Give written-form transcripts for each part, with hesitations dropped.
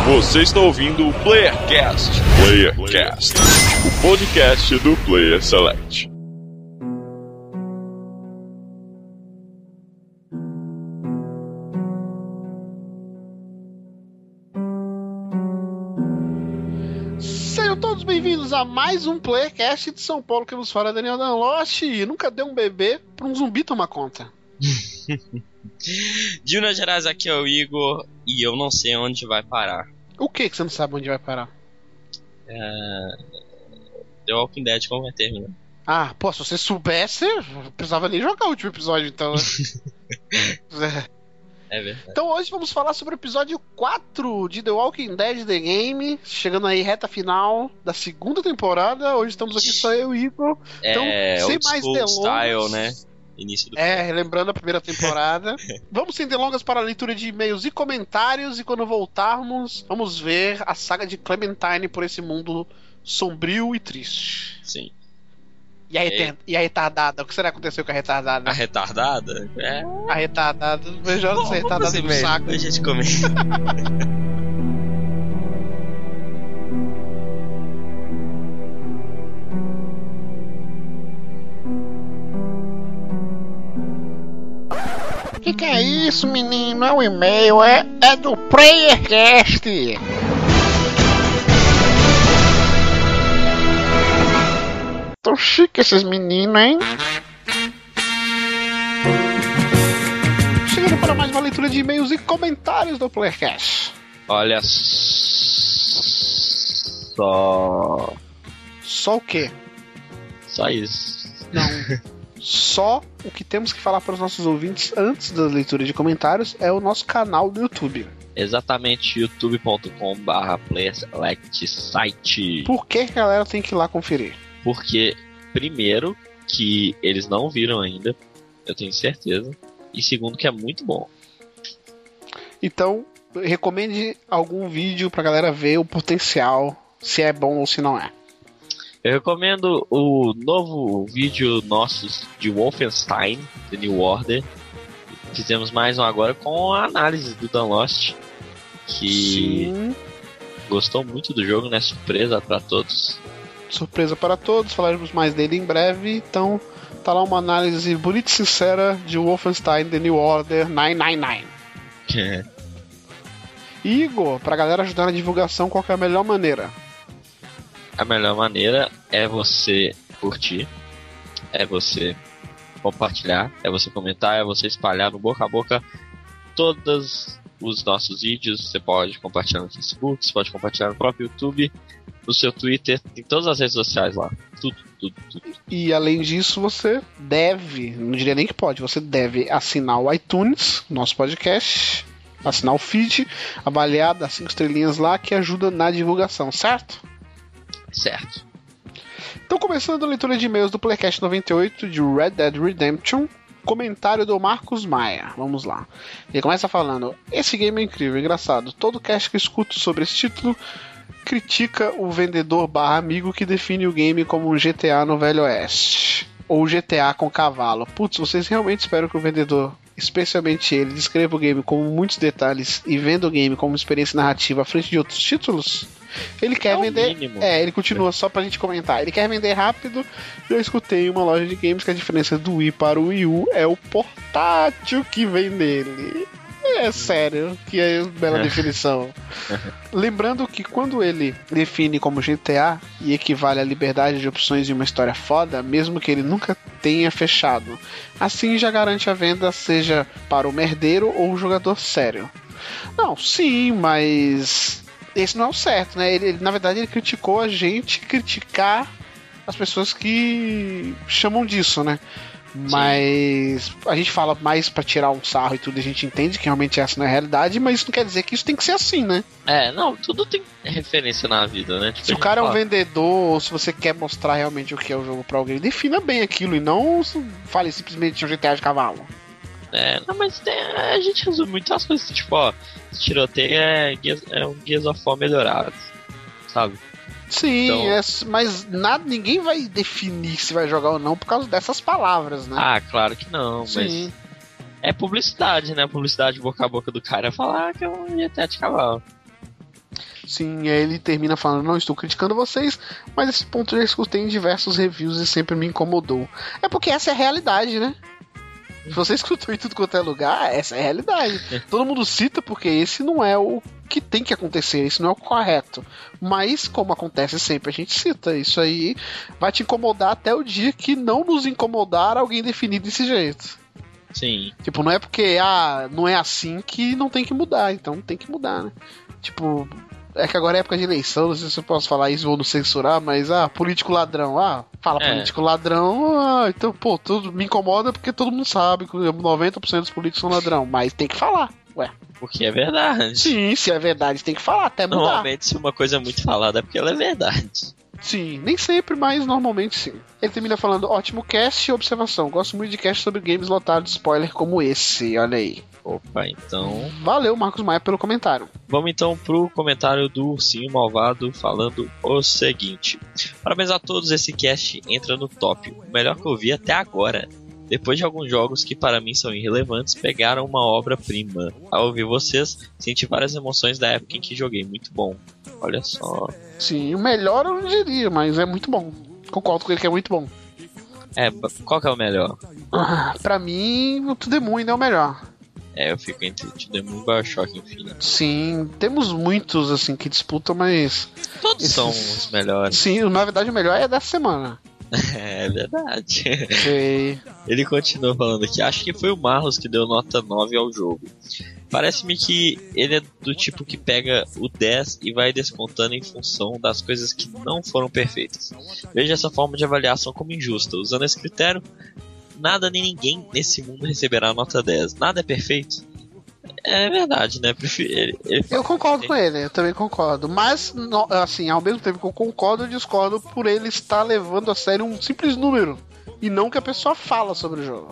Você está ouvindo o PlayerCast. PlayerCast, o podcast do Player Select. Sejam todos bem-vindos a mais um PlayerCast de São Paulo, que nos fala Daniel Danlotti. Nunca deu um bebê pra um zumbi tomar conta. De Minas Gerais, aqui é o Igor e eu não sei onde vai parar. O que você não sabe onde vai parar? The Walking Dead, como vai terminar? Ah, pô, se você soubesse, não precisava nem jogar o último episódio, então. É verdade. Então hoje vamos falar sobre o episódio 4 de The Walking Dead The Game, chegando aí reta final da segunda temporada. Hoje estamos aqui só eu e o Igor. Então, sem mais delongas, style, né? Início do lembrando a primeira temporada. Vamos sem delongas para a leitura de e-mails e comentários, e quando voltarmos, vamos ver a saga de Clementine por esse mundo sombrio e triste. Sim. E a retardada? O que será que aconteceu com a retardada? A retardada? A retardada, beijando essa retardada no saco. A gente comenta. Que é isso, menino? É um e-mail, é do PlayerCast. Tão chique esses meninos, hein? Chegando para mais uma leitura de e-mails e comentários do PlayerCast. Olha só. Só o quê? Só isso. Não. Só o que temos que falar para os nossos ouvintes antes da leitura de comentários é o nosso canal do YouTube. Exatamente, youtube.com/PlayerSelect site. Por que a galera tem que ir lá conferir? Porque, primeiro, que eles não viram ainda, eu tenho certeza. E segundo, que é muito bom. Então, recomende algum vídeo pra galera ver o potencial, se é bom ou se não é. Eu recomendo o novo vídeo nossos de Wolfenstein, The New Order. Fizemos mais um agora com a análise do Dan Lost, que Sim. Gostou muito do jogo, né? Surpresa pra todos. Surpresa para todos, falaremos mais dele em breve. Então, tá lá uma análise bonita e sincera de Wolfenstein The New Order 999. Igor, pra galera ajudar na divulgação, qual que é a melhor maneira? A melhor maneira é você curtir, é você compartilhar, é você comentar, é você espalhar no boca a boca todos os nossos vídeos. Você pode compartilhar no Facebook, você pode compartilhar no próprio YouTube, no seu Twitter, em todas as redes sociais lá. Tudo. E além disso, você deve, não diria nem que pode, você deve assinar o iTunes, nosso podcast, assinar o feed, avaliar, dar 5 estrelinhas lá, que ajuda na divulgação, certo? Certo. Então, começando a leitura de e-mails do PlayerCast 98 de Red Dead Redemption, comentário do Marcos Maia. Vamos lá. Ele começa falando: esse game é incrível, engraçado. Todo cast que eu escuto sobre esse título critica o vendedor / amigo que define o game como um GTA no Velho Oeste. Ou GTA com cavalo. Putz, vocês realmente esperam que o vendedor, especialmente ele, descreva o game com muitos detalhes e venda o game como experiência narrativa à frente de outros títulos? Ele quer vender. Mínimo. Ele continua só pra gente comentar. Ele quer vender rápido. Eu escutei em uma loja de games que a diferença do Wii para o Wii U é o portátil que vem nele. É sério, que é bela definição. Lembrando que quando ele define como GTA e equivale à liberdade de opções e uma história foda, mesmo que ele nunca tenha fechado, assim já garante a venda, seja para o merdeiro ou o jogador sério. Não, sim, mas esse não é o certo, né? Ele, na verdade, ele criticou a gente criticar as pessoas que chamam disso, né? Mas a gente fala mais pra tirar um sarro e tudo, a gente entende que realmente essa não é a realidade, mas isso não quer dizer que isso tem que ser assim, né? Não, tudo tem referência na vida, né? Tipo, se o cara é um vendedor, ou se você quer mostrar realmente o que é o jogo pra alguém, defina bem aquilo e não fale simplesmente de um GTA de cavalo. Não, mas a gente resume muitas coisas, tipo, ó, esse tiroteio é um Gears of War melhorado, sabe? Sim, então, mas ninguém vai definir se vai jogar ou não por causa dessas palavras, né? Ah, claro que não, Sim. mas é publicidade, né? Publicidade boca a boca do cara falar que é um GTA de cavalo. Sim, aí ele termina falando, não estou criticando vocês, mas esse ponto eu já escutei em diversos reviews e sempre me incomodou. É porque essa é a realidade, né? Se você escutou em tudo quanto é lugar, essa é a realidade. Todo mundo cita porque esse não é o que tem que acontecer, isso não é o correto. Mas, como acontece sempre, a gente cita. Isso aí vai te incomodar até o dia que não nos incomodar alguém definir desse jeito. Sim. Tipo, não é porque não é assim que não tem que mudar, então tem que mudar, né? Tipo, é que agora é época de eleição, não sei se eu posso falar isso ou não censurar, mas político ladrão, fala político ladrão, então, pô, tudo me incomoda porque todo mundo sabe que 90% dos políticos são ladrão, mas tem que falar, ué. Porque é verdade. Sim, se é verdade, tem que falar, até mudar. Normalmente, se uma coisa é muito falada é porque ela é verdade. Sim, nem sempre, mas normalmente sim. Ele termina falando, ótimo cast e observação. Gosto muito de cast sobre games lotados de spoiler como esse, olha aí. Opa, então... Valeu, Marcos Maia, pelo comentário. Vamos então pro comentário do Ursinho Malvado falando o seguinte. Parabéns a todos, esse cast entra no top. O melhor que eu vi até agora. Depois de alguns jogos que para mim são irrelevantes, pegaram uma obra-prima. Ao ouvir vocês, senti várias emoções da época em que joguei. Muito bom. Olha só. Sim, o melhor eu não diria, mas é muito bom. Concordo com ele que é muito bom. Qual que é o melhor? Pra mim, o To The Moon ainda é o melhor. Eu fico entre To The Moon e Bioshock Infinite. Sim, temos muitos assim que disputam, mas... Todos são os melhores. Sim, na verdade o melhor é dessa semana. É verdade. Sei. Ele continua falando aqui. Acho que foi o Marlos que deu nota 9 ao jogo. Parece-me que ele é do tipo que pega o 10 e vai descontando em função das coisas que não foram perfeitas. Vejo essa forma de avaliação como injusta. Usando esse critério, nada nem ninguém nesse mundo receberá nota 10. Nada é perfeito. É verdade, né? Eu concordo com ele, eu também concordo. Mas, assim, ao mesmo tempo que eu concordo, eu discordo por ele estar levando a sério um simples número. E não que a pessoa fala sobre o jogo.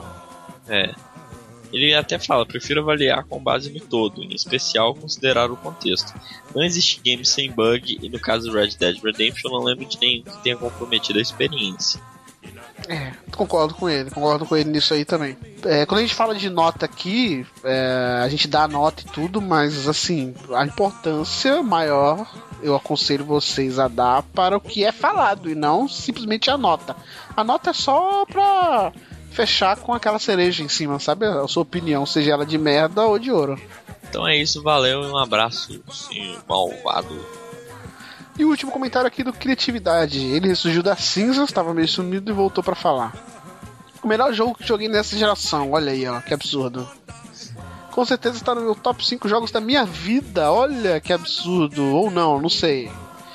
Ele até fala, prefiro avaliar com base no todo, em especial considerar o contexto. Não existe game sem bug, e no caso do Red Dead Redemption não lembro de nenhum que tenha comprometido a experiência. Concordo com ele nisso aí também. Quando a gente fala de nota aqui, a gente dá a nota e tudo, mas assim, a importância maior eu aconselho vocês a dar para o que é falado e não simplesmente a nota. A nota é só pra fechar com aquela cereja em cima, sabe? A sua opinião, seja ela de merda ou de ouro. Então é isso, valeu e um abraço, sim, malvado. E o último comentário aqui do Criatividade. Ele ressurgiu das cinzas, estava meio sumido e voltou pra falar. O melhor jogo que joguei nessa geração. Olha aí, ó, que absurdo. Com certeza está no meu top 5 jogos da minha vida. Olha que absurdo. Ou não sei.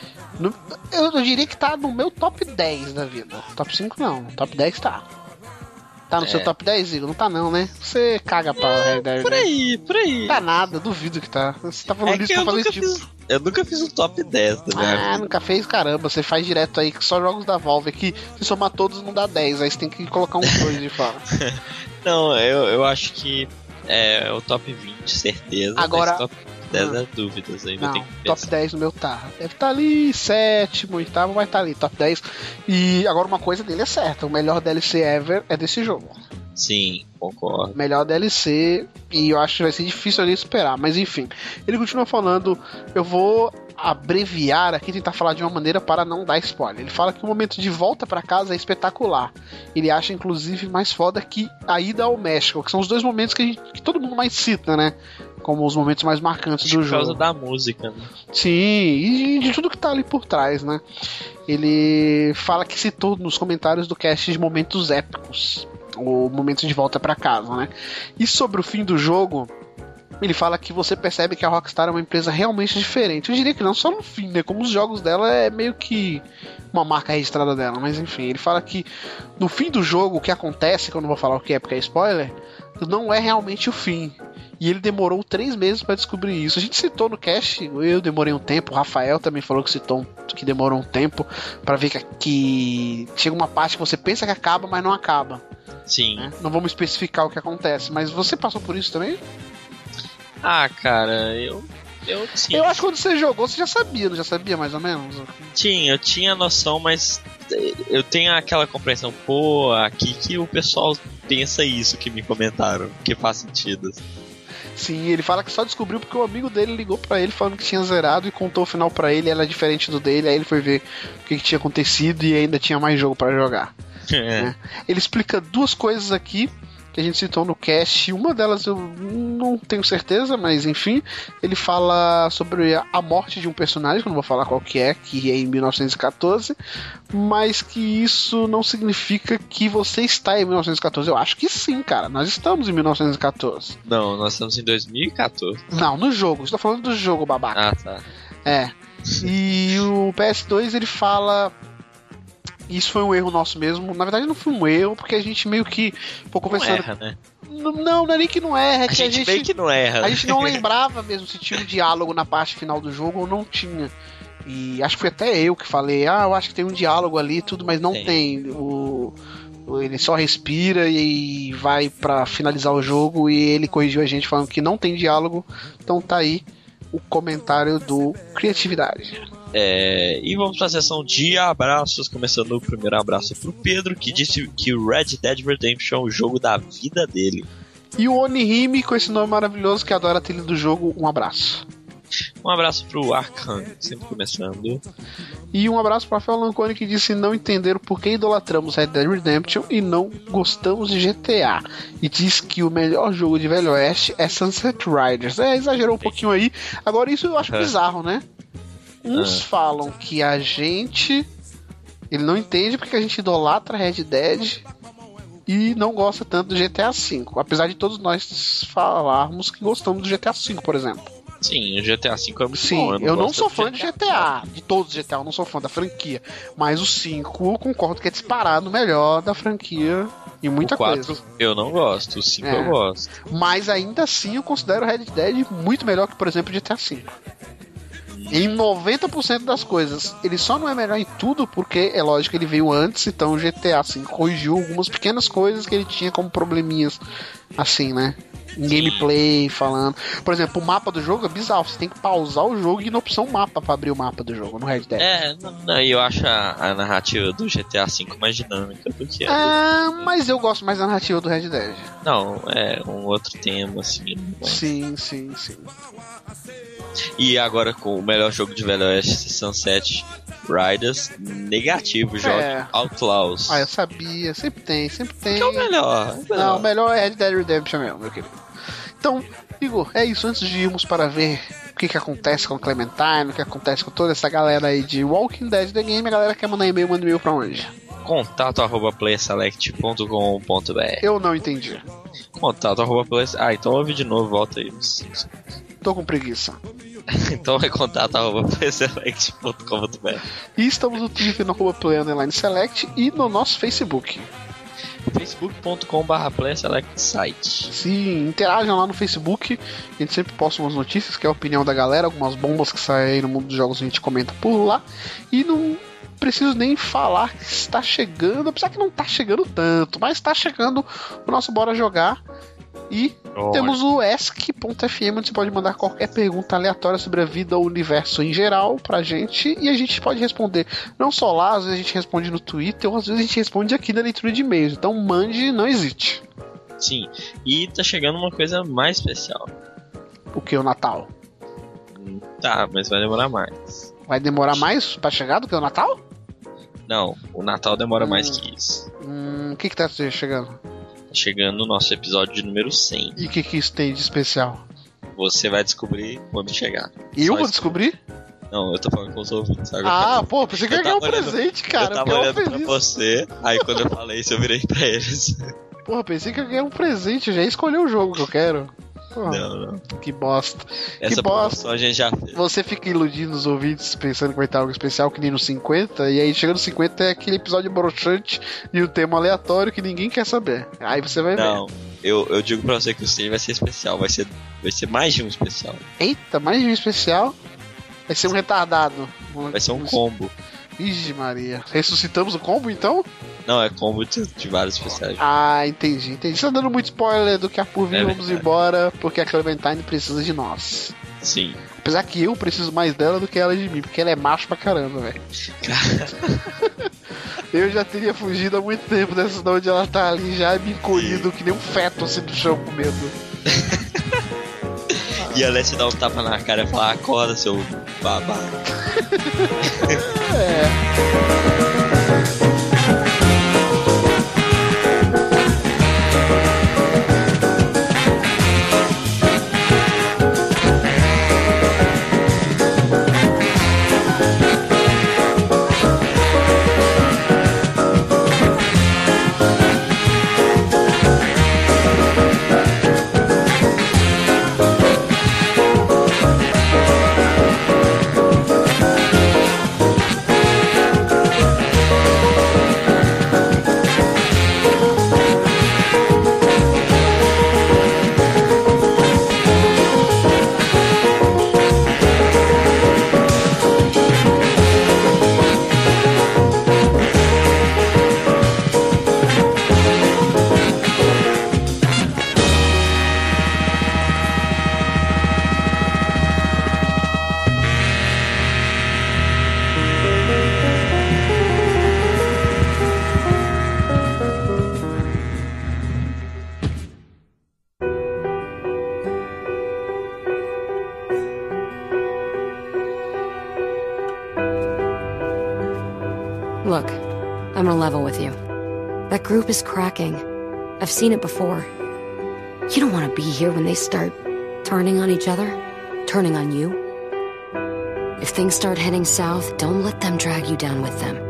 Eu diria que tá no meu top 10 da vida. Top 5 não, top 10 tá. Tá no seu top 10, Igor? Não tá não, né? Você caga pra realidade. Por aí. Tá nada, duvido que tá. Você tá falando isso pra fazer esse tipo. Eu nunca fiz um top 10 da minha vida. Nunca fez? Caramba, você faz direto aí que só jogos da Valve aqui. Se somar todos não dá 10, aí você tem que colocar uns 2 de fora. Não, eu acho que é o top 20, certeza. Agora, mas top 10 é dúvidas, ainda não, tem que pensar. Top 10 no meu tá. Deve estar ali, 7º, 8º, vai estar ali, top 10. E agora uma coisa dele é certa, o melhor DLC ever é desse jogo. Sim, concordo. Melhor DLC, e eu acho que vai ser difícil ali esperar, mas enfim. Ele continua falando, eu vou abreviar aqui, tentar falar de uma maneira para não dar spoiler. Ele fala que o momento de volta para casa é espetacular. Ele acha, inclusive, mais foda que a ida ao México, que são os dois momentos que todo mundo mais cita, né? Como os momentos mais marcantes do jogo. Por causa da música, né? Sim, e de tudo que tá ali por trás, né? Ele fala que citou nos comentários do cast de momentos épicos, o momento de volta pra casa, né? E sobre o fim do jogo, ele fala que você percebe que a Rockstar é uma empresa realmente diferente. Eu diria que não só no fim, né? Como os jogos dela é meio que uma marca registrada dela, mas enfim, ele fala que no fim do jogo, o que acontece, que eu não vou falar o que é porque é spoiler, não é realmente o fim. E ele demorou 3 meses pra descobrir isso. A gente citou no cast, eu demorei um tempo, o Rafael também falou que que demorou um tempo pra ver que chega uma parte que você pensa que acaba, mas não acaba. Sim. Né? Não vamos especificar o que acontece, mas você passou por isso também? Ah, cara, eu sim. Eu acho que quando você jogou, você já sabia, não já sabia mais ou menos? Sim, eu tinha noção, mas eu tenho aquela compreensão, aqui que o pessoal pensa isso que me comentaram, que faz sentido. Sim, ele fala que só descobriu porque o amigo dele ligou pra ele falando que tinha zerado e contou o final pra ele, era diferente do dele, aí ele foi ver o que tinha acontecido e ainda tinha mais jogo pra jogar. Né? Ele explica duas coisas aqui que a gente citou no cast, uma delas eu não tenho certeza, mas enfim, ele fala sobre a morte de um personagem, que eu não vou falar qual que é em 1914, mas que isso não significa que você está em 1914. Eu acho que sim, cara, nós estamos em 1914. Não, nós estamos em 2014. Não, no jogo, estou falando do jogo, babaca. Ah, tá. E o PS2 ele fala... Isso foi um erro nosso mesmo. Na verdade não foi um erro, porque a gente meio que... conversando... Não erra, né? Não é nem que não erra, é que a gente meio que não erra. A gente não lembrava mesmo se tinha um diálogo na parte final do jogo ou não tinha. E acho que foi até eu que falei, eu acho que tem um diálogo ali e tudo, mas não tem. Ele só respira e vai pra finalizar o jogo, e ele corrigiu a gente falando que não tem diálogo. Então tá aí o comentário do Criatividade. E vamos para a sessão de abraços, começando o primeiro abraço pro Pedro, que disse que o Red Dead Redemption é o jogo da vida dele. E o Onihime, com esse nome maravilhoso, que adora a trilha do jogo, um abraço. Um abraço pro Arcan, sempre começando. E um abraço pro Rafael Lancone, que disse não entender por que idolatramos Red Dead Redemption e não gostamos de GTA. E diz que o melhor jogo de Velho Oeste é Sunset Riders. Exagerou um pouquinho aí. Agora isso eu acho bizarro, né? Uns falam que a gente... Ele não entende porque a gente idolatra Red Dead e não gosta tanto do GTA V. Apesar de todos nós falarmos que gostamos do GTA V, por exemplo. Sim, o GTA V é muito Sim, bom. eu não sou fã de GTA. De todos os GTA, eu não sou fã da franquia. Mas o 5, eu concordo que é disparado o melhor da franquia em muita coisa. Eu não gosto, o 5 eu gosto. Mas ainda assim eu considero o Red Dead muito melhor que, por exemplo, o GTA V. Em 90% das coisas. Ele só não é melhor em tudo porque, é lógico, ele veio antes, então o GTA V corrigiu algumas pequenas coisas que ele tinha como probleminhas, assim, né? Em gameplay, falando. Por exemplo, o mapa do jogo é bizarro. Você tem que pausar o jogo e ir na opção mapa pra abrir o mapa do jogo no Red Dead. Eu acho a narrativa do GTA V mais dinâmica do que mas eu gosto mais da narrativa do Red Dead. Não, é um outro tema, assim. Sim. E agora com o melhor jogo de Velho Oeste, Sunset Riders, negativo, jogo Outlaws. Eu sabia, sempre tem. Que é o melhor. Não, o melhor é Red Dead Redemption mesmo, meu querido. Então, Igor, é isso. Antes de irmos para ver o que acontece com o Clementine, o que acontece com toda essa galera aí de Walking Dead The Game, a galera quer mandar e-mail, manda e-mail pra onde? contato@playerselect.com.br. Eu não entendi. Então ouve de novo, volta aí. Tô com preguiça. Então é contato@playerselect.com.br. E estamos no Twitter no @player_select e no nosso Facebook. facebook.com/playerselect-site. Sim, interajam lá no Facebook. A gente sempre posta umas notícias, que é a opinião da galera, algumas bombas que saem no mundo dos jogos a gente comenta por lá. E não preciso nem falar que está chegando, apesar que não está chegando tanto, mas está chegando o nosso Bora Jogar. E temos o ask.fm, onde você pode mandar qualquer pergunta aleatória sobre a vida ou o universo em geral pra gente, e a gente pode responder não só lá, às vezes a gente responde no Twitter, ou às vezes a gente responde aqui na leitura de e-mails. Então mande, não hesite. Sim, e tá chegando uma coisa mais especial. O que? O Natal? Tá, mas vai demorar mais. Vai demorar mais pra chegar do que o Natal? Não, o Natal demora mais que isso. O que tá chegando? Chegando o nosso episódio de número 100. E o que isso tem de especial? Você vai descobrir quando chegar. Eu vou descobrir? Não, eu tô falando com os ouvintes. Pensei que ia ganhar um presente, cara. Eu tava olhando pra você, aí quando eu falei isso eu virei pra eles. Pensei que ia ganhar um presente, já escolheu o jogo que eu quero. Não. Que bosta. Essa promoção a gente já fez. Você fica iludindo os ouvintes pensando que vai ter algo especial que nem no 50, e aí chega no 50 é aquele episódio broxante e o tema aleatório que ninguém quer saber. Aí você vai ver. Não, eu digo pra você que o 100 vai ser especial, vai ser mais de um especial. Eita, mais de um especial? Vai ser um retardado. Vai ser um combo. Ixi Maria. Ressuscitamos o combo então? Não, é combo de vários especiais. Entendi. Você tá dando muito spoiler do que a por vir, vamos embora, porque a Clementine precisa de nós. Sim. Apesar que eu preciso mais dela do que ela de mim, porque ela é macho pra caramba, velho. Eu já teria fugido há muito tempo dessa de onde ela tá ali, já me encolhido que nem um feto assim do chão com medo. E a Lessie dá um tapa na cara e fala, acorda, seu babaca. Look, I'm gonna level with you. That group is cracking. I've seen it before. You don't want to be here when they start turning on each other, turning on you. If things start heading south, don't let them drag you down with them.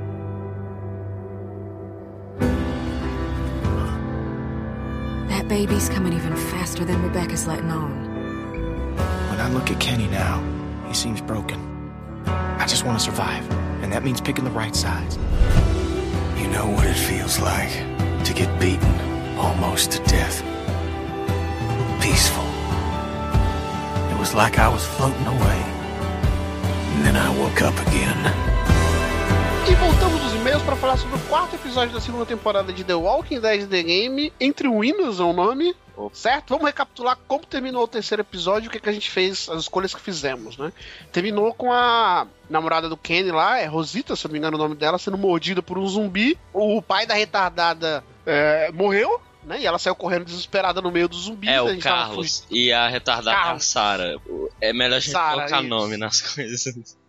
That baby's coming even faster than Rebecca's letting on. When I look at Kenny now, he seems broken. I just want to survive, and that means picking the right sides. You know what it feels like to get beaten almost to death. Peaceful. It was like I was floating away. And then I woke up again. E voltamos dos e-mails para falar sobre o quarto episódio da segunda temporada de The Walking Dead The Game. Entre Winners é o nome, certo? Vamos recapitular como terminou o terceiro episódio, o que, que a gente fez, as escolhas que fizemos, né? Terminou com a namorada do Kenny lá, é Rosita, se eu não me engano o nome dela, sendo mordida por um zumbi. O pai da retardada morreu, né? E ela saiu correndo desesperada no meio dos zumbis. É, o Carlos. E a retardada é a Sarah. É melhor a gente colocar nome nas coisas.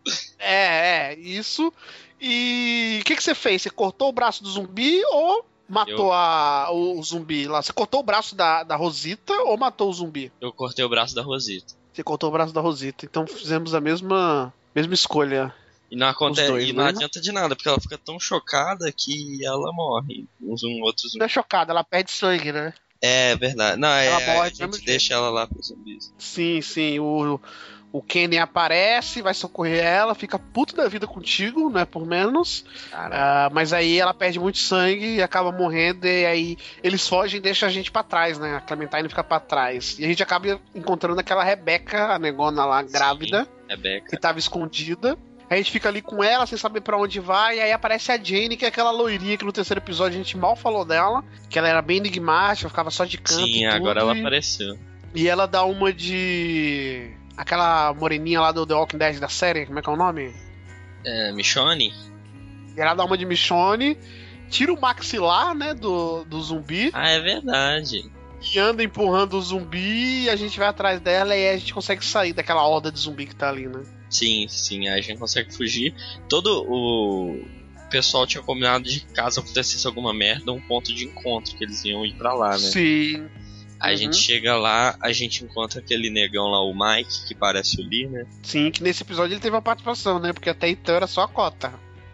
Isso. E o que você fez? Você cortou o braço do zumbi ou matou o zumbi lá? Você cortou o braço da Rosita ou matou o zumbi? Eu cortei o braço da Rosita. Você cortou o braço da Rosita. Então fizemos a mesma escolha. E não acontece, dois, não né? adianta de nada, porque ela fica tão chocada que ela morre. Um outro zumbi. Não é chocada, ela perde sangue, né? É verdade. Não, ela morre a gente deixa ela lá pros zumbis. Sim. O Kenny aparece, vai socorrer ela, fica puto da vida contigo, não é por menos. Mas aí ela perde muito sangue e acaba morrendo, e aí eles fogem e deixam a gente pra trás, né? A Clementine fica pra trás. E a gente acaba encontrando aquela Rebecca, a negona lá, grávida, que tava escondida. A gente fica ali com ela, sem saber pra onde vai, e aí aparece a Jane, que é aquela loirinha que no terceiro episódio a gente mal falou dela, que ela era bem enigmática, ficava só de canto. Sim, agora ela apareceu. E ela dá uma de... aquela moreninha lá do The Walking Dead da série, como é que é o nome? Michonne? E ela dá uma de Michonne, tira o maxilar, né, do zumbi. Ah, é verdade. E anda empurrando o zumbi, e a gente vai atrás dela e aí a gente consegue sair daquela horda de zumbi que tá ali, né? Sim, aí a gente consegue fugir. Todo o pessoal tinha combinado de caso acontecesse alguma merda, um ponto de encontro, que eles iam ir pra lá, né? Sim. A gente chega lá, a gente encontra aquele negão lá, o Mike, que parece o Lee, né? Sim, que nesse episódio ele teve uma participação, né? Porque até então era só a cota.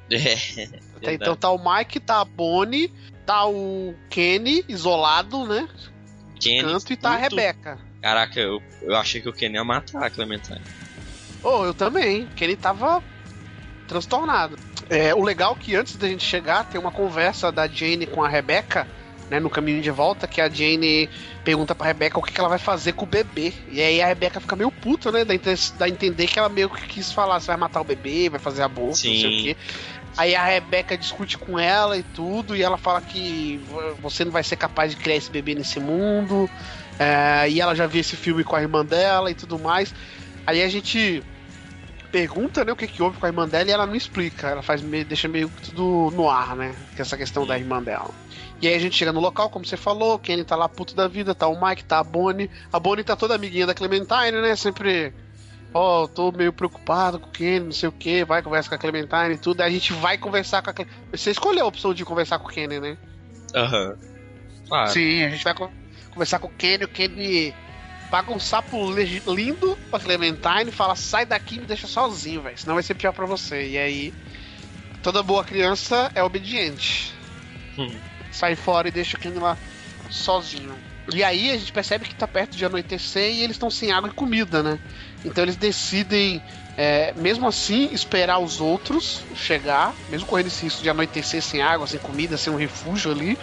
Até então tá o Mike, tá a Bonnie, tá o Kenny isolado, né? Kenny, canto, e tá a Rebecca. Caraca, eu achei que o Kenny ia matar a Clementine. Eu também. O Kenny tava transtornado. O legal é que antes da gente chegar, tem uma conversa da Jane com a Rebecca, né, no caminho de volta, que a Jane pergunta pra Rebecca o que ela vai fazer com o bebê. E aí a Rebecca fica meio puta, né? Dá a entender que ela meio que quis falar, você vai matar o bebê, vai fazer aborto, não sei o quê. Aí a Rebecca discute com ela e tudo, e ela fala que você não vai ser capaz de criar esse bebê nesse mundo. E ela já viu esse filme com a irmã dela e tudo mais. Aí a gente pergunta, né, o que houve com a irmã dela e ela não explica. Ela deixa meio tudo no ar, né? Que essa questão da irmã dela. E aí a gente chega no local, como você falou, o Kenny tá lá puto da vida, tá o Mike, tá a Bonnie. A Bonnie tá toda amiguinha da Clementine, né? Sempre, tô meio preocupado com o Kenny, não sei o que, vai conversar com a Clementine e tudo. Aí a gente vai conversar com a Clementine. Você escolheu a opção de conversar com o Kenny, né? Aham. Claro. Sim, a gente vai conversar com o Kenny paga um sapo lindo pra Clementine, fala, sai daqui e me deixa sozinho, velho, senão vai ser pior pra você. E aí, toda boa criança é obediente. Sai fora e deixa o Kenny lá sozinho. E aí a gente percebe que tá perto de anoitecer e eles estão sem água e comida, né? Então eles decidem, mesmo assim, esperar os outros chegar, mesmo correndo esse risco de anoitecer sem água, sem comida, sem um refúgio ali.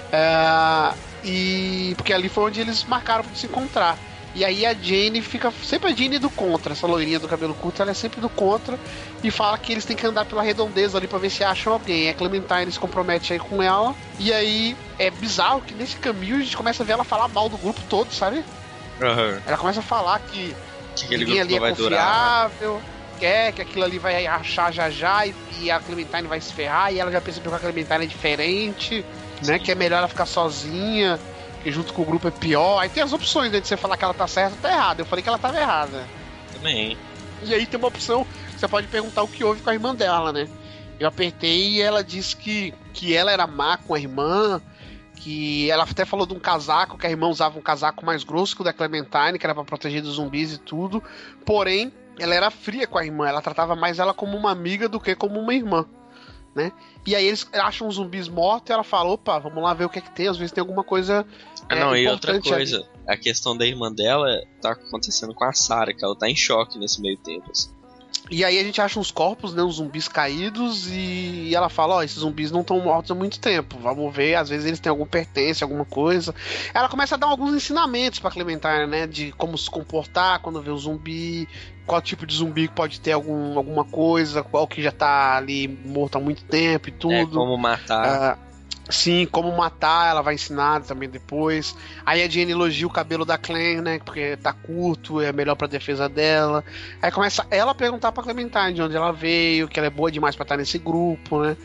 E porque ali foi onde eles marcaram pra se encontrar. E aí a Jane fica sempre a Jane do contra, essa loirinha do cabelo curto, ela é sempre do contra e fala que eles têm que andar pela redondeza ali pra ver se acham alguém. A Clementine se compromete aí com ela. E aí é bizarro que nesse caminho a gente começa a ver ela falar mal do grupo todo, sabe? Uhum. Ela começa a falar que ninguém ali é confiável, que aquilo ali vai achar já e a Clementine vai se ferrar, e ela já percebeu que a Clementine é diferente, né? Que é melhor ela ficar sozinha, que junto com o grupo é pior. Aí tem as opções, né, de você falar que ela tá certa ou tá errada. Eu falei que ela tava errada. Também. E aí tem uma opção que você pode perguntar o que houve com a irmã dela, né? Eu apertei e ela disse que ela era má com a irmã, que ela até falou de um casaco, que a irmã usava um casaco mais grosso que o da Clementine, que era pra proteger dos zumbis e tudo. Porém, ela era fria com a irmã, ela tratava mais ela como uma amiga do que como uma irmã, né? E aí eles acham os zumbis mortos e ela fala, opa, vamos lá ver o que é que tem, às vezes tem alguma coisa e outra coisa, ali. A questão da irmã dela tá acontecendo com a Sarah, que ela tá em choque nesse meio tempo, assim. E aí a gente acha uns corpos, né, uns zumbis caídos, e ela fala, esses zumbis não estão mortos há muito tempo, vamos ver, às vezes eles têm algum pertence, alguma coisa. Ela começa a dar alguns ensinamentos pra Clementine, né, de como se comportar quando vê o zumbi, qual tipo de zumbi pode ter alguma coisa, qual que já tá ali morto há muito tempo e tudo. Como matar. Sim, como matar, ela vai ensinar também depois. Aí a Jane elogia o cabelo da Clem, né? Porque tá curto, é melhor pra defesa dela. Aí começa ela a perguntar pra Clementine de onde ela veio, que ela é boa demais pra estar nesse grupo, né?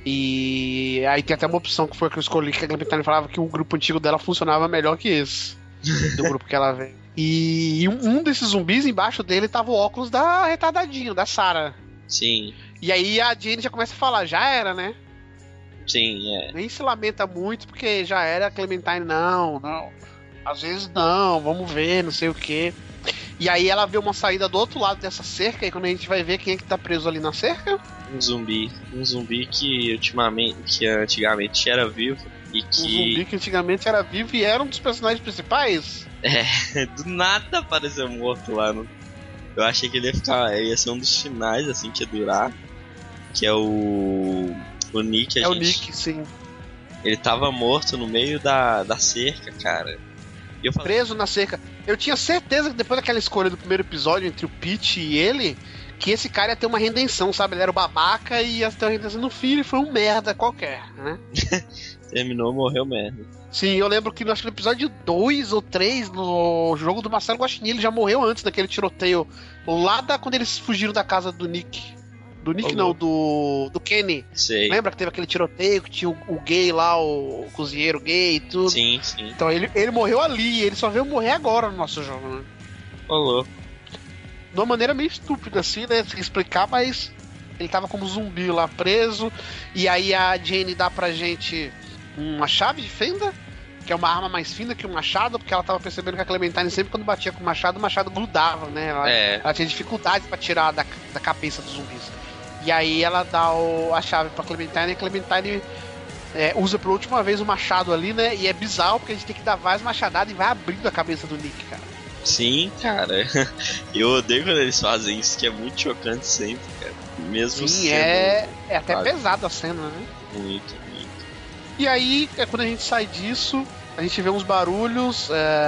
E aí tem até uma opção que foi que eu escolhi, que a Clementine falava que o grupo antigo dela funcionava melhor que esse, do grupo que ela veio. E um desses zumbis, embaixo dele, tava o óculos da retardadinha, da Sarah. Sim. E aí a Jane já começa a falar, já era, né? Sim, Nem se lamenta muito, porque já era a Clementine, não. Às vezes não, vamos ver, não sei o que. E aí ela vê uma saída do outro lado dessa cerca, e quando a gente vai ver quem é que tá preso ali na cerca? Um zumbi que antigamente era vivo e que... Um zumbi que antigamente era vivo e era um dos personagens principais? Do nada apareceu morto lá. Eu achei que ele ia ser um dos finais, assim, que ia durar. Que é o Nick, o Nick, sim. Ele tava morto no meio da cerca, cara. E eu falei... Preso na cerca. Eu tinha certeza que depois daquela escolha do primeiro episódio entre o Pete e ele, que esse cara ia ter uma redenção, sabe? Ele era o babaca e ia ter uma redenção no fim, ele foi um merda qualquer, né? Terminou, morreu merda. Sim, eu lembro que acho que no episódio 2 ou 3, no jogo do Marcelo Guaxinim, ele já morreu antes daquele tiroteio, lá quando eles fugiram da casa do Nick. Do Nick não, do Kenny. Sei. Lembra que teve aquele tiroteio que tinha o gay lá, o cozinheiro gay e tudo? Sim, sim. Então ele morreu ali, ele só veio morrer agora no nosso jogo, né? Louco. De uma maneira meio estúpida assim, né? Sem explicar, mas ele tava como zumbi lá preso. E aí a Jane dá pra gente uma chave de fenda, que é uma arma mais fina que o machado, porque ela tava percebendo que a Clementine sempre quando batia com o machado grudava, né? Ela tinha dificuldade pra tirar da cabeça dos zumbis. E aí ela dá a chave pra Clementine e a Clementine usa pela última vez o machado ali, né? E é bizarro porque a gente tem que dar várias machadadas e vai abrindo a cabeça do Nick, cara. Sim, cara. Eu odeio quando eles fazem isso, que é muito chocante sempre, cara. Mesmo sim, é até pesado a cena, né? Muito. E aí, quando a gente sai disso, a gente vê uns barulhos,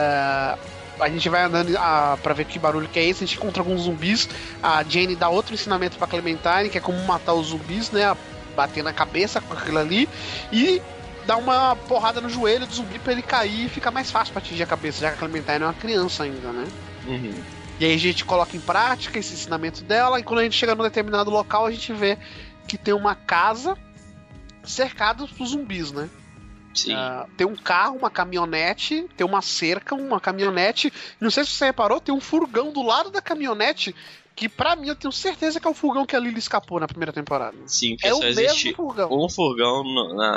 a gente vai andando pra ver que barulho que é esse, a gente encontra alguns zumbis, a Jane dá outro ensinamento pra Clementine, que é como matar os zumbis, né, bater na cabeça com aquilo ali, e dá uma porrada no joelho do zumbi pra ele cair e fica mais fácil pra atingir a cabeça, já que a Clementine é uma criança ainda, né? Uhum. E aí a gente coloca em prática esse ensinamento dela, e quando a gente chega num determinado local, a gente vê que tem uma casa cercada por zumbis, né? Sim. Tem um carro, uma caminhonete, tem uma cerca, uma caminhonete. Não sei se você reparou, tem um furgão do lado da caminhonete, que pra mim eu tenho certeza que é o furgão que a Lily escapou na primeira temporada. Sim, porque é só o existe mesmo furgão. um furgão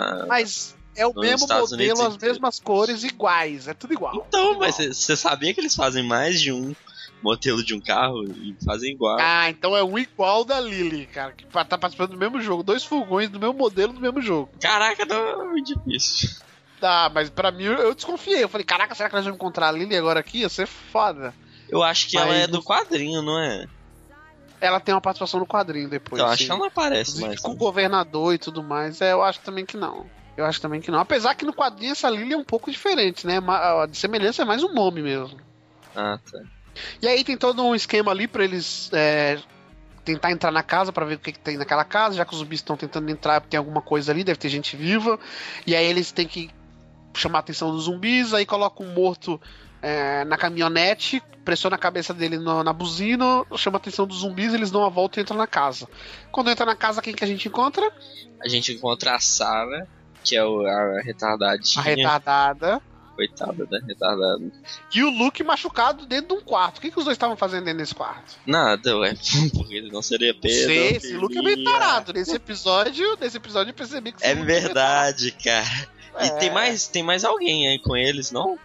Mas é o nos mesmo Estados modelo, Unidos as mesmas cores, iguais. É tudo igual. Então, tudo mas igual. você sabia que eles fazem mais de um modelo de um carro e fazem igual? Ah, então é um igual da Lily, cara, que tá participando do mesmo jogo. 2 furgões do mesmo modelo do mesmo jogo. Caraca, não é muito difícil. Tá, mas pra mim eu desconfiei. Eu falei, caraca, será que nós vamos encontrar a Lily agora aqui? Ia ser foda. Eu acho que Mas ela é do quadrinho, não é? Ela tem uma participação no quadrinho depois. Eu acho sim. que ela não aparece Inclusive mais. com o governador e tudo mais. Eu acho também que não. Apesar que no quadrinho essa Lily é um pouco diferente, né? A semelhança é mais um nome mesmo. Ah, tá. E aí tem todo um esquema ali pra eles tentar entrar na casa pra ver o que tem naquela casa, já que os zumbis estão tentando entrar, tem alguma coisa ali, deve ter gente viva. E aí eles têm que chamar a atenção dos zumbis, aí coloca um morto na caminhonete, pressiona a cabeça dele na buzina, chama a atenção dos zumbis, eles dão uma volta e entram na casa. Quando entra na casa, quem que a gente encontra? A gente encontra a Sarah, que é a retardadinha. A retardada. Coitada da retardada. E o Luke machucado dentro de um quarto. O que os dois estavam fazendo dentro desse quarto? Nada, ué. Porque ele não seria Pedro. Sei, esse Luke é meio tarado. Nesse episódio eu percebi que é verdade, cara. E tem mais alguém aí com eles, não?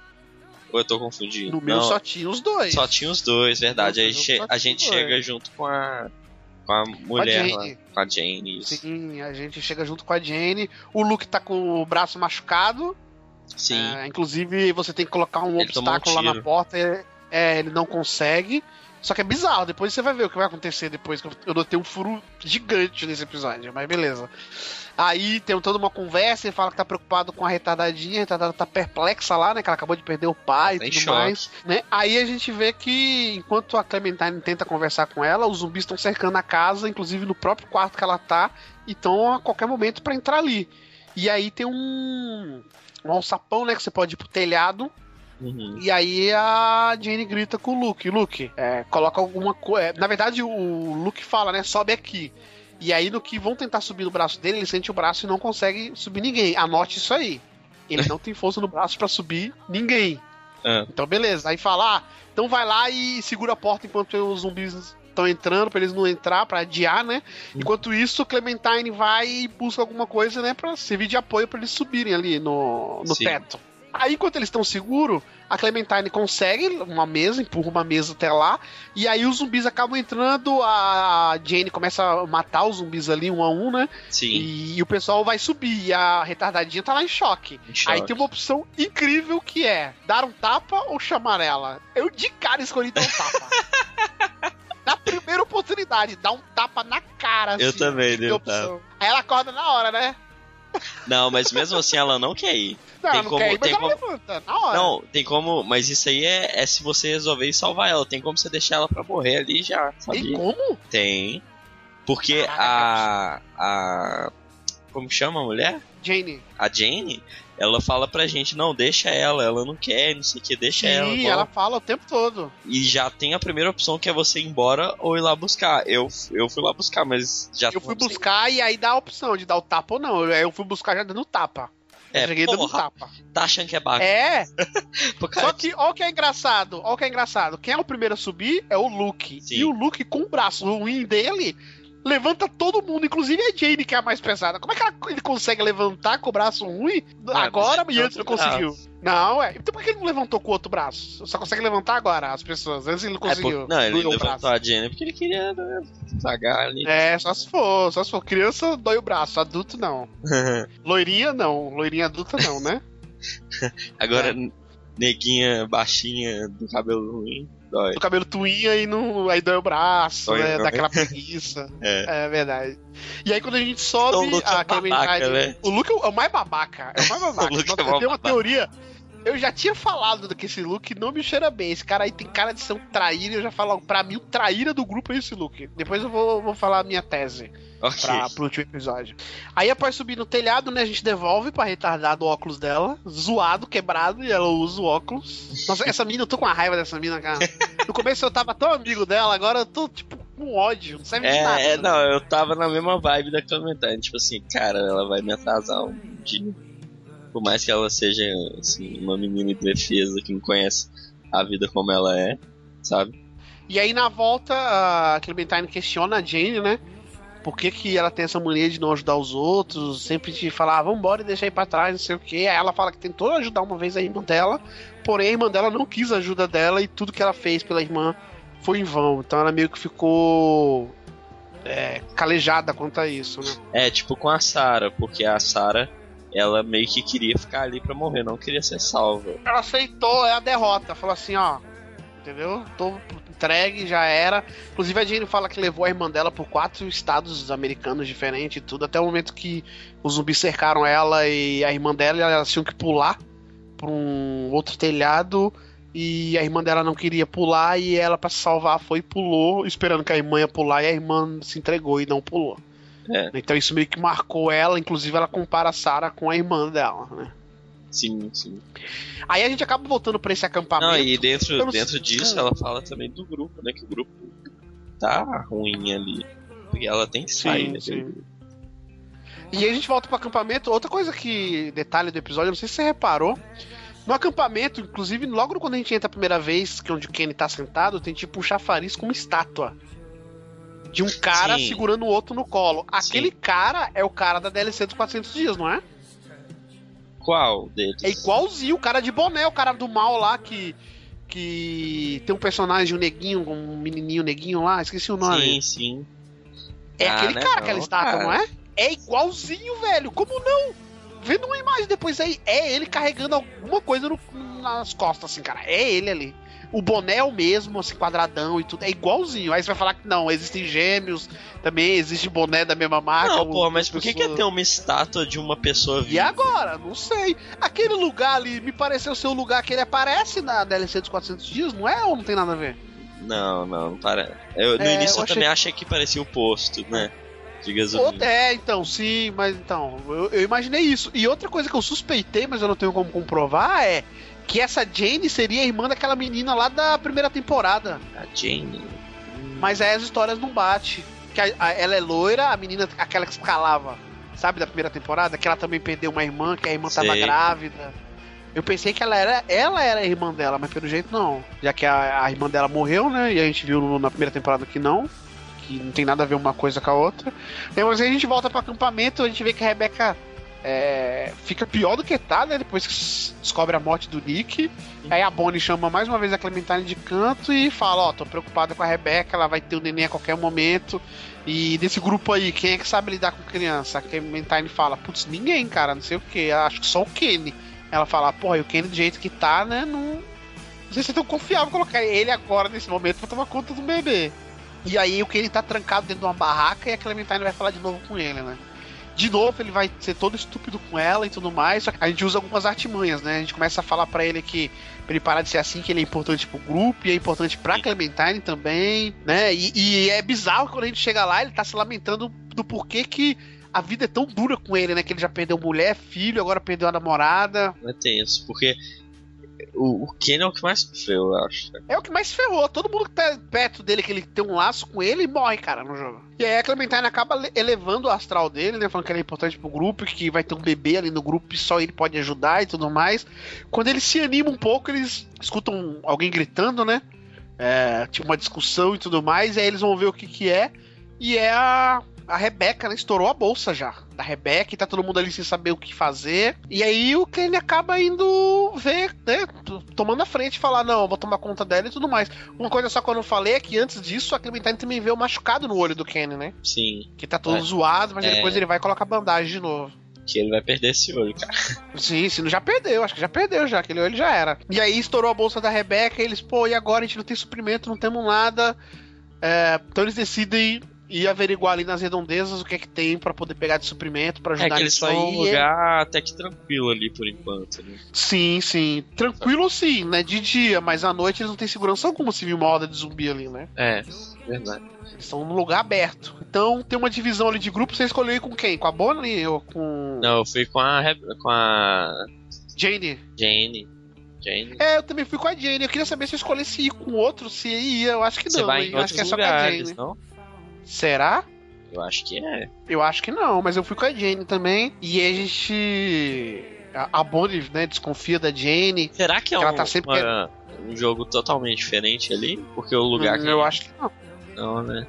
Ou eu tô confundindo? No meu não, só tinha os dois. Só tinha os dois, verdade. Aí Só a gente tinha os chega dois. junto com a mulher Jane. lá. Com a Jane, isso. Sim, a gente chega junto com a Jane. O Luke tá com o braço machucado. Sim. Inclusive, você tem que colocar um Ele tomou um obstáculo lá na tiro. porta. Ele não consegue. Só que é bizarro. Depois você vai ver o que vai acontecer depois. Que eu notei um furo gigante nesse episódio. Mas beleza. Aí tem toda uma conversa. Ele fala que tá preocupado com a retardadinha. A retardada tá perplexa lá, né? Que ela acabou de perder o pai Tá e em tudo choque. mais. Né? Aí a gente vê que enquanto a Clementine tenta conversar com ela, os zumbis estão cercando a casa, inclusive no próprio quarto que ela tá. E estão a qualquer momento pra entrar ali. E aí tem um alçapão, né? Que você pode ir pro telhado. Uhum. E aí a Jane grita com o Luke. Luke, coloca alguma coisa. Na verdade, o Luke fala, né? Sobe aqui. E aí, no que vão tentar subir no braço dele, ele sente o braço e não consegue subir ninguém. Anote isso aí. Ele não tem força no braço pra subir ninguém. Então, beleza. Aí fala, então vai lá e segura a porta enquanto os zumbis estão entrando, pra eles não entrar, pra adiar, né? Enquanto isso, Clementine vai e busca alguma coisa, né? Pra servir de apoio pra eles subirem ali no Sim. teto. Aí, enquanto eles estão seguros, a Clementine consegue uma mesa, empurra uma mesa até lá, e aí os zumbis acabam entrando, a Jane começa a matar os zumbis ali, um a um, né? Sim. E o pessoal vai subir, e a retardadinha tá lá em choque. Aí tem uma opção incrível que é dar um tapa ou chamar ela. Eu de cara escolhi dar um tapa. Na primeira oportunidade, dar um tapa na cara. Eu assim, também que dei um opção. Aí ela acorda na hora, né? Não, mas mesmo assim ela não quer ir. Não, Tem ela não como- quer ir, mas tem ela como- levanta, na hora. Não, tem como. Mas isso aí é se você resolver ir salvar ela. Tem como você deixar ela pra morrer ali já, sabia? Tem como? Tem. Porque a. Como chama a mulher? Jane. A Jane, ela fala pra gente, não, deixa ela não quer, não sei o que, deixa ela. Sim, vamos. ela fala o tempo todo. E já tem a primeira opção que é você ir embora ou ir lá buscar. Eu fui lá buscar, mas já Eu fui buscar e aí dá a opção de dar o tapa ou não. Eu fui buscar já dando tapa. Eu cheguei dando tapa. Tá achando que é bacana? É. Pô, cara, Só que, ó o que é engraçado. Quem é o primeiro a subir é o Luke. Sim. E o Luke com o braço ruim dele levanta todo mundo, inclusive a Jane, que é a mais pesada. Como é que ele consegue levantar com o braço ruim agora mas e antes não outro conseguiu? Não, Então por que ele não levantou com o outro braço? Só consegue levantar agora as pessoas. Antes ele não conseguiu. não, ele doer o levantou braço. a Jenny porque ele queria pagar ali. Só se for. Criança dói o braço, adulto não. Loirinha não. Loirinha adulta não, né? Agora, neguinha baixinha do cabelo ruim, dói. Do cabelo twin aí dói o braço, Dói, né? dói. Dá aquela preguiça. É. É verdade. E aí quando a gente sobe, Então, o Luke é a um babaca, Clementine. né? O Luke é o mais babaca. É o mais babaca. O Luke é Nossa, mó tem uma babaca. teoria. Eu já tinha falado que esse Luke não me cheira bem. Esse cara aí tem cara de ser um traíra. Eu já falo, pra mim, o traíra do grupo é esse Luke. Depois eu vou falar a minha tese pro último episódio. Aí após subir no telhado, né, a gente devolve pra retardado o óculos dela, zoado, quebrado, e ela usa o óculos. Nossa, essa mina, eu tô com uma raiva dessa mina, cara. No começo eu tava tão amigo dela, agora eu tô, tipo, com ódio. Não serve de nada. Não, eu tava na mesma vibe da Clementine. Tipo assim, cara, ela vai me atrasar um dia. Por mais que ela seja, assim, uma menina indefesa que não conhece a vida como ela é, sabe? E aí na volta, a Clementine questiona a Jane, né? Por que ela tem essa mania de não ajudar os outros, sempre de falar, vambora e deixar aí pra trás, não sei o que. Aí ela fala que tentou ajudar uma vez a irmã dela, porém a irmã dela não quis a ajuda dela e tudo que ela fez pela irmã foi em vão. Então ela meio que ficou calejada quanto a isso, né? Tipo com a Sarah, porque a Sarah, ela meio que queria ficar ali pra morrer, não queria ser salva. Ela aceitou a derrota, falou assim, ó, entendeu? Tô entregue, já era. Inclusive a Jane fala que levou a irmã dela por 4 estados americanos diferentes e tudo, até o momento que os zumbis cercaram ela e a irmã dela, elas tinham que pular pra um outro telhado e a irmã dela não queria pular e ela, pra se salvar, foi e pulou, esperando que a irmã ia pular, e a irmã se entregou e não pulou. Então isso meio que marcou ela, inclusive ela compara a Sarah com a irmã dela, né? Sim, sim. Aí a gente acaba voltando pra esse acampamento. Não, e dentro disso ela fala também do grupo, né? Que o grupo tá ruim ali. Porque ela tem que sair. Sim. E aí a gente volta pro acampamento. Outra coisa que, detalhe do episódio, não sei se você reparou. No acampamento, inclusive, logo quando a gente entra a primeira vez, que onde o Kenny tá sentado, tem tipo um chafariz com uma estátua de um cara segurando o outro no colo. Aquele cara é o cara da DLC dos 400 dias, não é? Qual deles? É igualzinho, o cara de boné, o cara do mal lá que tem um personagem, um neguinho, um menininho neguinho lá, esqueci o nome. Sim. É aquele cara, aquela estátua, não é? É igualzinho, velho, como não? Vendo uma imagem depois aí, é ele carregando alguma coisa nas costas, assim, cara, é ele ali. O boné é o mesmo, assim, quadradão e tudo, é igualzinho. Aí você vai falar que não, existem gêmeos, também existe boné da mesma marca. Não, pô, mas por que ia ter uma estátua de uma pessoa viva? E agora? Não sei. Aquele lugar ali me pareceu ser o lugar que ele aparece na DLC dos 400 dias, não é? Ou não tem nada a ver? Não parece. No início eu também achei que parecia o posto, né? De gasolina. Então, sim, mas então, eu imaginei isso. E outra coisa que eu suspeitei, mas eu não tenho como comprovar, é que essa Jane seria a irmã daquela menina lá da primeira temporada. A Jane? Mas aí as histórias não batem. Que ela é loira, a menina, aquela que escalava, sabe, da primeira temporada, que ela também perdeu uma irmã, que a irmã tava grávida. Eu pensei que ela era a irmã dela, mas pelo jeito não. Já que a irmã dela morreu, né, e a gente viu na primeira temporada que não tem nada a ver uma coisa com a outra. Depois a gente volta pro acampamento, a gente vê que a Rebecca fica pior do que tá, né? Depois que descobre a morte do Nick. Aí a Bonnie chama mais uma vez a Clementine de canto e fala, ó, tô preocupada com a Rebecca, ela vai ter um neném a qualquer momento. E desse grupo aí, quem é que sabe lidar com criança? A Clementine fala, putz, ninguém, cara, não sei o que, acho que só o Kenny. Ela fala, porra, e o Kenny do jeito que tá, né? Não sei se é tão confiável colocar ele agora nesse momento pra tomar conta do bebê. E aí o Kenny tá trancado dentro de uma barraca e a Clementine vai falar de novo com ele, né? De novo ele vai ser todo estúpido com ela e tudo mais, só que a gente usa algumas artimanhas, né? A gente começa a falar pra ele que pra ele parar de ser assim, que ele é importante pro grupo e é importante pra Clementine também, né? E é bizarro que quando a gente chega lá, ele tá se lamentando do porquê que a vida é tão dura com ele, né? Que ele já perdeu mulher, filho, agora perdeu a namorada. É tenso, porque o Kenny é o que mais sofreu, eu acho. É o que mais ferrou. Todo mundo que tá perto dele, que ele tem um laço com ele, morre, cara, no jogo. E aí a Clementine acaba elevando o astral dele, né? Falando que ele é importante pro grupo, que vai ter um bebê ali no grupo e só ele pode ajudar e tudo mais. Quando ele se anima um pouco, eles escutam alguém gritando, né? Tipo uma discussão e tudo mais. E aí eles vão ver o que é. E é a Rebecca, né? Estourou a bolsa já da Rebecca e tá todo mundo ali sem saber o que fazer. E aí o Kenny acaba indo ver, né? Tomando a frente e falar, não, eu vou tomar conta dela e tudo mais. Uma coisa só que eu não falei é que antes disso a Clementine também vê o machucado no olho do Kenny, né? Sim. Que tá todo zoado, mas depois ele vai colocar bandagem de novo. Que ele vai perder esse olho, cara. Sim, já perdeu, acho que já perdeu já, aquele olho já era. E aí estourou a bolsa da Rebecca e eles, pô, e agora a gente não tem suprimento, não temos nada. Então eles decidem ir averiguar ali nas redondezas o que é que tem pra poder pegar de suprimento, pra ajudar que eles nisso estão aí. num lugar até que tranquilo ali por enquanto, né? Sim. Tranquilo sim, né? De dia, mas à noite eles não têm segurança alguma se vir uma horda de zumbi ali, né? É, verdade. Eles estão num lugar aberto. Então tem uma divisão ali de grupo, você escolheu ir com quem? Com a Bonnie ou com... Não, eu fui com a Jane? Jane. Eu também fui com a Jane. Eu queria saber se eu escolhesse ir com outro, se ia. Eu acho que não. Você vai em eu outros acho que é só com a lugares, Jane. não? Será? Eu acho que é. Eu acho que não, mas eu fui com a Jane também. E a gente... A Bonnie, né, desconfia da Jane. Será que é ela tá sempre um jogo totalmente diferente ali? Porque o lugar que... Eu acho que não. Não, né?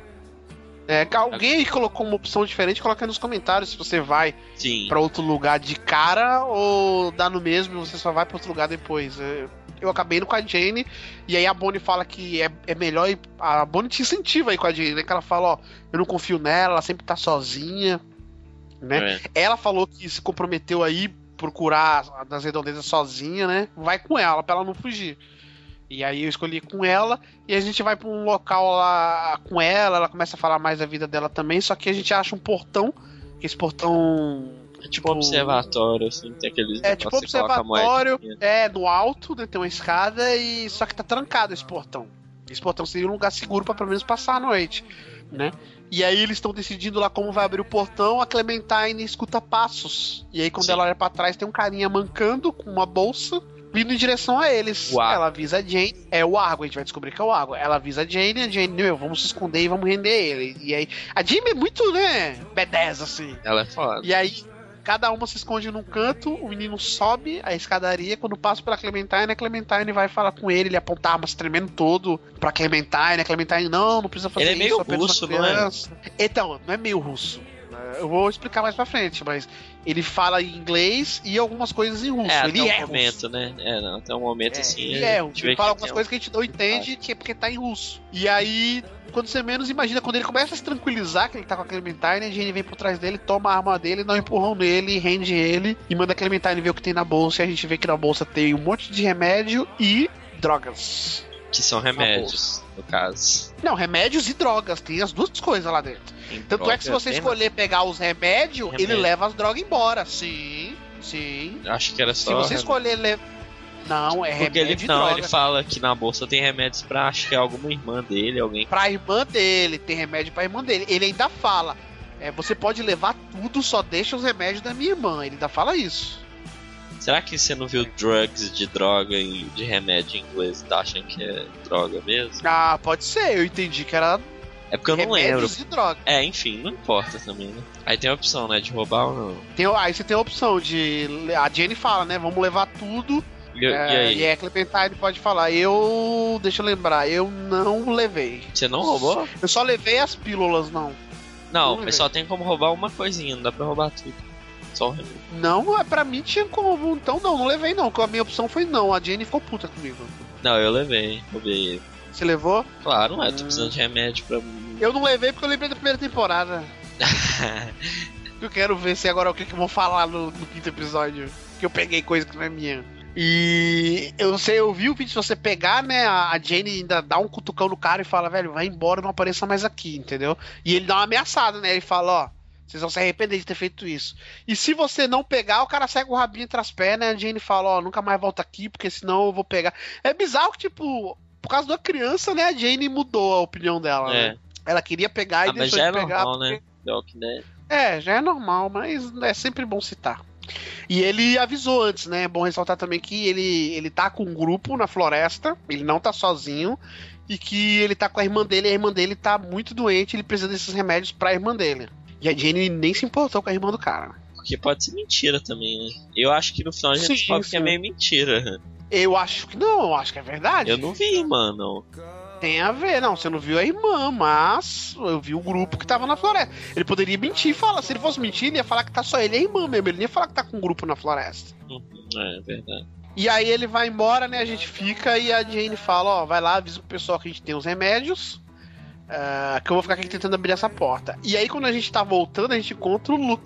Alguém colocou uma opção diferente, coloca aí nos comentários se você vai pra outro lugar de cara ou dá no mesmo e você só vai pra outro lugar depois. Eu acabei indo com a Jane e aí a Bonnie fala que é melhor ir, a Bonnie te incentiva aí com a Jane, né? Que ela fala, ó, eu não confio nela, ela sempre tá sozinha, né? Ela falou que se comprometeu aí procurar nas redondezas sozinha, né? Vai com ela pra ela não fugir. E aí eu escolhi com ela, e a gente vai pra um local lá com ela começa a falar mais da vida dela também, só que a gente acha um portão, que esse portão... É tipo um observatório, assim, tem aqueles... É tipo um observatório, no alto, né, tem uma escada, e só que tá trancado esse portão. Esse portão seria um lugar seguro pra pelo menos passar a noite, né? E aí eles estão decidindo lá como vai abrir o portão, a Clementine escuta passos. E aí quando ela olha pra trás tem um carinha mancando com uma bolsa, vindo em direção a eles. Ela avisa a Jane. É o Argo, a gente vai descobrir que é o Argo. Ela avisa a Jane, vamos se esconder e vamos render ele. E aí, a Jane é muito, né, B10, assim. Ela é foda. E aí, cada uma se esconde num canto, o menino sobe a escadaria, quando passa pela Clementine, a Clementine vai falar com ele aponta a arma se tremendo todo pra Clementine. A Clementine, não precisa fazer ele isso. Ele é meio russo, não é? Então, não é meio russo. Eu vou explicar mais pra frente, mas ele fala em inglês e algumas coisas em russo. Ele até um momento, né? Até um momento assim. Ele fala algumas coisas que a gente não entende, que é porque tá em russo. E aí, quando você menos imagina, quando ele começa a se tranquilizar, que ele tá com a Clementine, a Jane vem por trás dele, toma a arma dele, dá um empurrão nele, rende ele e manda a Clementine ver o que tem na bolsa. E a gente vê que na bolsa tem um monte de remédio e drogas. Que são remédios, no caso. Não, remédios e drogas, tem as duas coisas lá dentro. Tanto é que se você escolher pegar os remédios, ele leva as drogas embora. Sim. Acho que era só. Se você escolher não, é porque remédio e droga. Ele fala que na bolsa tem remédios pra, acho que é alguma irmã dele, alguém. Pra irmã dele, tem remédio pra irmã dele. Ele ainda fala, você pode levar tudo, só deixa os remédios da minha irmã. Ele ainda fala isso. Será que você não viu drugs de droga e de remédio em inglês? Tá achando que é droga mesmo? Ah, pode ser, eu entendi que era. É porque eu não lembro. De droga. Enfim, não importa também, né? Aí tem a opção, né, de roubar ou não. Aí você tem a opção de... A Jenny fala, né, vamos levar tudo. E aí? E a Clementine pode falar, deixa eu lembrar, eu não levei. Você não roubou? Eu só levei as pílulas, não. Não, mas só tem como roubar uma coisinha, não dá pra roubar tudo. Só o remédio. Não, pra mim tinha como. Então não levei não, porque a minha opção foi não. A Jenny ficou puta comigo. Não, eu levei, roubei. Você levou? Claro, não é, tô precisando de remédio pra... Eu não levei porque eu lembrei da primeira temporada. Eu quero ver se agora o que vão falar no quinto episódio. Que eu peguei coisa que não é minha. E eu vi o vídeo, se você pegar, né, a Jane ainda dá um cutucão no cara e fala, velho, vai embora, não apareça mais aqui, entendeu? E ele dá uma ameaçada, né, ele fala, ó, vocês vão se arrepender de ter feito isso. E se você não pegar, o cara segue o rabinho entre as pernas, e a Jane fala, ó, nunca mais volta aqui, porque senão eu vou pegar. É bizarro que, tipo, por causa da criança, né, a Jane mudou a opinião dela, né? Ela queria pegar e deixou de pegar. Normal, porque... né? Já é normal, mas é sempre bom citar. E ele avisou antes, né? É bom ressaltar também que ele tá com um grupo na floresta, ele não tá sozinho, e que ele tá com a irmã dele tá muito doente, ele precisa desses remédios pra irmã dele. E a Jane nem se importou com a irmã do cara. Porque pode ser mentira também, né? Eu acho que no final a gente descobre que é meio mentira. Eu acho que não, eu acho que é verdade. Eu não vi, mano. Tem a ver, não, você não viu a irmã, mas eu vi o grupo que tava na floresta. Ele poderia mentir e falar, se ele fosse mentir, ele ia falar que tá só ele e a irmã mesmo, ele não ia falar que tá com um grupo na floresta. É verdade. E aí ele vai embora, né, a gente fica e a Jane fala, ó, vai lá, avisa pro pessoal que a gente tem os remédios, que eu vou ficar aqui tentando abrir essa porta. E aí quando a gente tá voltando, a gente encontra o Luke.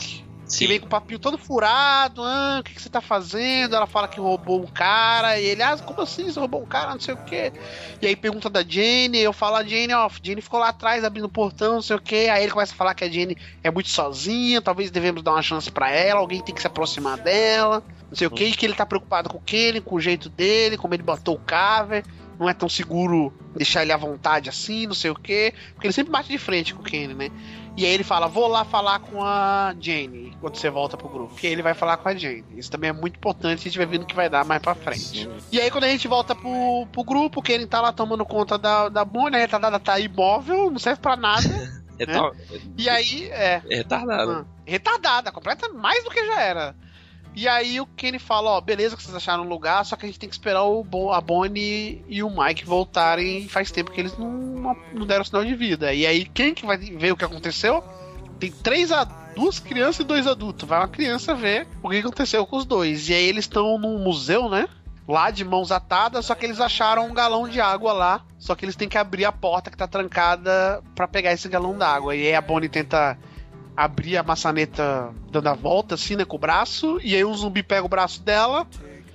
Que vem com o papinho todo furado, o que você tá fazendo? Ela fala que roubou um cara, e ele, como assim você roubou um cara, não sei o que. E aí pergunta da Jenny, eu falo a Jenny, Jenny ficou lá atrás abrindo o portão, não sei o que. Aí ele começa a falar que a Jenny é muito sozinha, talvez devemos dar uma chance pra ela, alguém tem que se aproximar dela, não sei o que. E que ele tá preocupado com o Kenny, com o jeito dele, como ele botou o Carver. Não é tão seguro deixar ele à vontade assim, não sei o que. Porque ele sempre bate de frente com o Kenny, né? E aí ele fala, vou lá falar com a Jenny quando você volta pro grupo. E aí ele vai falar com a Jenny. Isso também é muito importante, a gente vai vendo o que vai dar mais pra frente. E aí quando a gente volta pro grupo, o Kenny tá lá tomando conta da Bonnie, a retardada tá imóvel, não serve pra nada. Né? E aí, retardada. Retardada, completa mais do que já era. E aí o Kenny fala, beleza que vocês acharam um lugar, só que a gente tem que esperar a Bonnie e o Mike voltarem, faz tempo que eles não deram sinal de vida. E aí quem que vai ver o que aconteceu? Tem 2 crianças e 2 adultos. Vai uma criança ver o que aconteceu com os dois. E aí eles estão num museu, né? Lá de mãos atadas, só que eles acharam um galão de água lá. Só que eles têm que abrir a porta que tá trancada pra pegar esse galão d'água. E aí a Bonnie tenta abrir a maçaneta dando a volta assim, né, com o braço, e aí o zumbi pega o braço dela.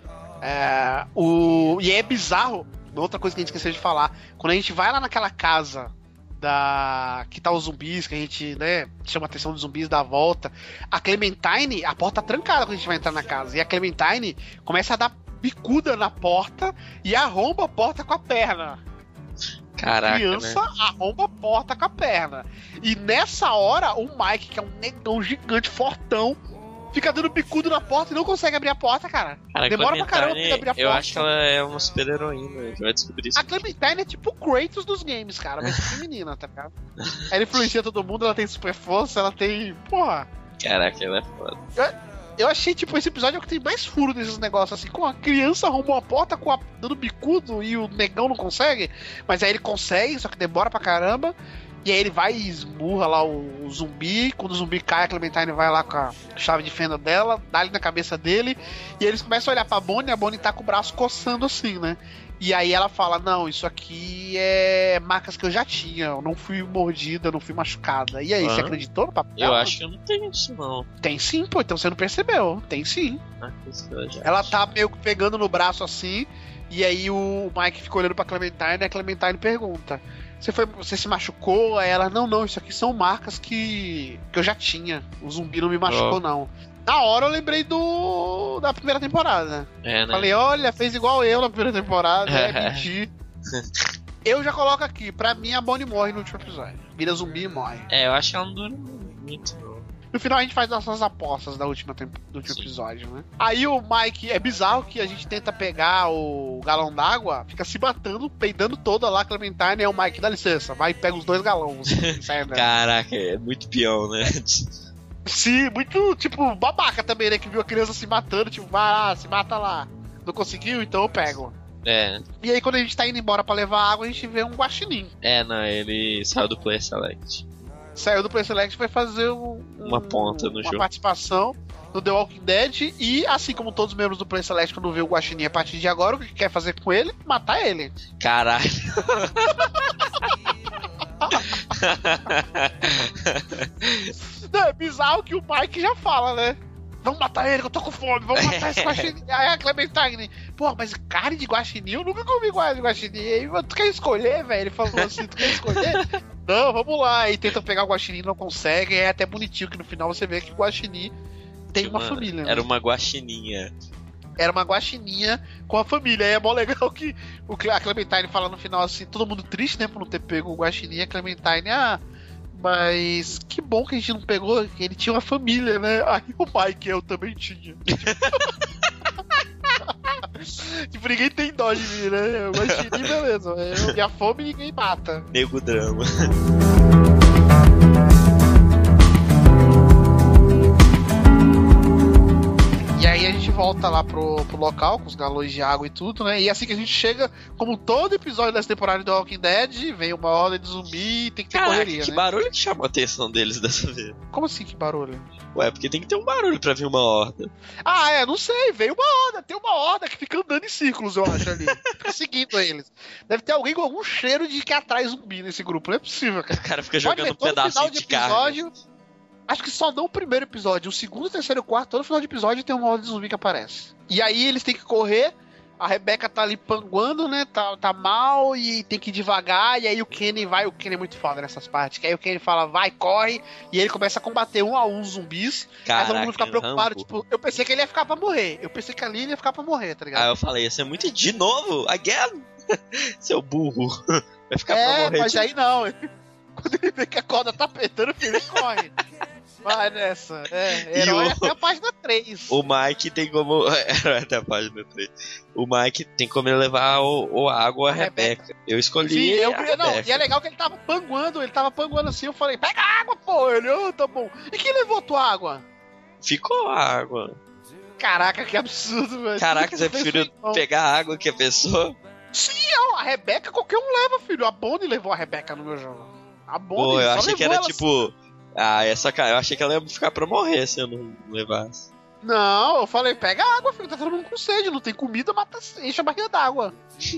E é bizarro, outra coisa que a gente esqueceu de falar, quando a gente vai lá naquela casa que tá os zumbis, que a gente, né, chama a atenção dos zumbis, dá a volta, a Clementine, a porta tá trancada quando a gente vai entrar na casa, e a Clementine começa a dar bicuda na porta e arromba a porta com a perna. Caraca, criança, né? Arromba a porta com a perna. E nessa hora, o Mike, que é um negão gigante, fortão, fica dando bicudo na porta e não consegue abrir a porta, cara. Demora pra caramba pra abrir a porta. Eu acho que ela é uma super heroína, a gente vai descobrir isso. A Clementine é tipo o Kratos dos games, cara, mas feminina, tá ligado? Ela influencia todo mundo, ela tem super força, ela tem... Porra. Caraca, ela é foda. Eu achei, tipo, esse episódio é o que tem mais furo desses negócios, assim, com a criança arrumou a porta dando bicudo e o negão não consegue, mas aí ele consegue, só que demora pra caramba, e aí ele vai e esmurra lá o zumbi, quando o zumbi cai, a Clementine vai lá com a chave de fenda dela, dá ali na cabeça dele, e eles começam a olhar pra Bonnie, a Bonnie tá com o braço coçando assim, né? E aí ela fala, não, isso aqui é marcas que eu já tinha, eu não fui mordida, não fui machucada. E aí, você acreditou no papel? Eu acho que eu não tenho isso, não. Tem sim, pô, então você não percebeu. Tem sim. Ela tá meio que pegando no braço assim, e aí o Mike fica olhando pra Clementine, e a Clementine pergunta, você se machucou? Aí ela, não, isso aqui são marcas que eu já tinha. O zumbi não me machucou, não. Na hora eu lembrei da primeira temporada. Né? Falei, olha, fez igual eu na primeira temporada, mentir. Eu já coloco aqui, pra mim a Bonnie morre no último episódio. Vira zumbi e morre. Eu acho que ela não dura muito, não. No final a gente faz nossas apostas do último episódio, né? Aí o Mike, é bizarro que a gente tenta pegar o galão d'água, fica se matando, peidando toda lá, Clementine, e o Mike, dá licença, vai e pega os 2 galões. Caraca, é muito peão, né? Sim, muito, tipo, babaca também, né? Que viu a criança se matando, tipo, vai lá, se mata lá. Não conseguiu? Então eu pego. E aí quando a gente tá indo embora pra levar água, a gente vê um guaxinim. Ele saiu do Player Select. Saiu do Player Select e foi fazer uma ponta no jogo. Uma participação no The Walking Dead. E assim como todos os membros do Player Select, quando vê o guaxinim a partir de agora, o que quer fazer com ele? Matar ele. Caralho. Não, é bizarro que o Mike já fala, né? Vamos matar ele, que eu tô com fome, vamos matar esse guaxinim. Aí a Clementine, pô, mas carne de guaxinim? Eu nunca comi carne de guaxinim. Aí, tu quer escolher, velho? Ele falou assim, tu quer escolher? Não, vamos lá. E tentam pegar o guaxinim, não conseguem. É até bonitinho que no final você vê que o guaxinim tem uma família. Era, né? Uma guaxininha. Era uma guaxininha com a família. Aí é mó legal que a Clementine fala no final assim, todo mundo triste, né, por não ter pego o guaxinim. A Clementine, mas que bom que a gente não pegou, que ele tinha uma família, né? Aí o Mike, eu também tinha. Tipo, ninguém tem dó de mim, né? Eu gostei, beleza. Minha fome ninguém mata. Nego drama. E aí a gente volta lá pro local, com os galões de água e tudo, né? E assim que a gente chega, como todo episódio dessa temporada do Walking Dead, vem uma horda de zumbi e tem que ter correria, que né? barulho que chamou a atenção deles dessa vez? Como assim, que barulho? Ué, porque tem que ter um barulho pra vir uma horda. Não sei, veio uma horda, tem uma horda que fica andando em círculos, eu acho, ali. Fica seguindo eles. Deve ter alguém com algum cheiro de que atrai zumbi nesse grupo, não é possível, cara. O cara fica jogando um pedacinho de carne. Acho que só não o primeiro episódio. O segundo, o terceiro e o quarto, todo final de episódio tem uma horda de zumbi que aparece. E aí eles têm que correr. A Rebecca tá ali panguando, né? Tá mal e tem que ir devagar. E aí o Kenny vai. O Kenny é muito foda nessas partes. Que aí o Kenny fala, vai, corre. E ele começa a combater um a um os zumbis. Aí todo mundo fica preocupado. Tipo, eu pensei que ele ia ficar pra morrer. Eu pensei que ali ele ia ficar pra morrer, tá ligado? Aí eu falei, isso é muito de novo? Again? Seu burro. Vai ficar pra morrer. Mas aí não. Quando ele vê que a corda tá apertando, ele corre. Vai nessa. Herói até a página 3. O Mike tem como. Herói até a página 3. O Mike tem como ele levar o água a Rebeca. Eu escolhi. Sim, não, e é legal que ele tava panguando assim. Eu falei, pega água, pô. Ele, tá bom. E quem levou tua água? Ficou a água. Caraca, que absurdo, velho. Caraca, você preferiu pegar a água que a pessoa? Sim, a Rebeca qualquer um leva, filho. A Bonnie levou a Rebeca no meu jogo. A Bonnie. Pô, eu achei que era ela tipo. Essa cara, eu achei que ela ia ficar pra morrer se eu não levasse. Não, eu falei, pega água, filho, tá todo mundo com sede, não tem comida, enche a barriga d'água.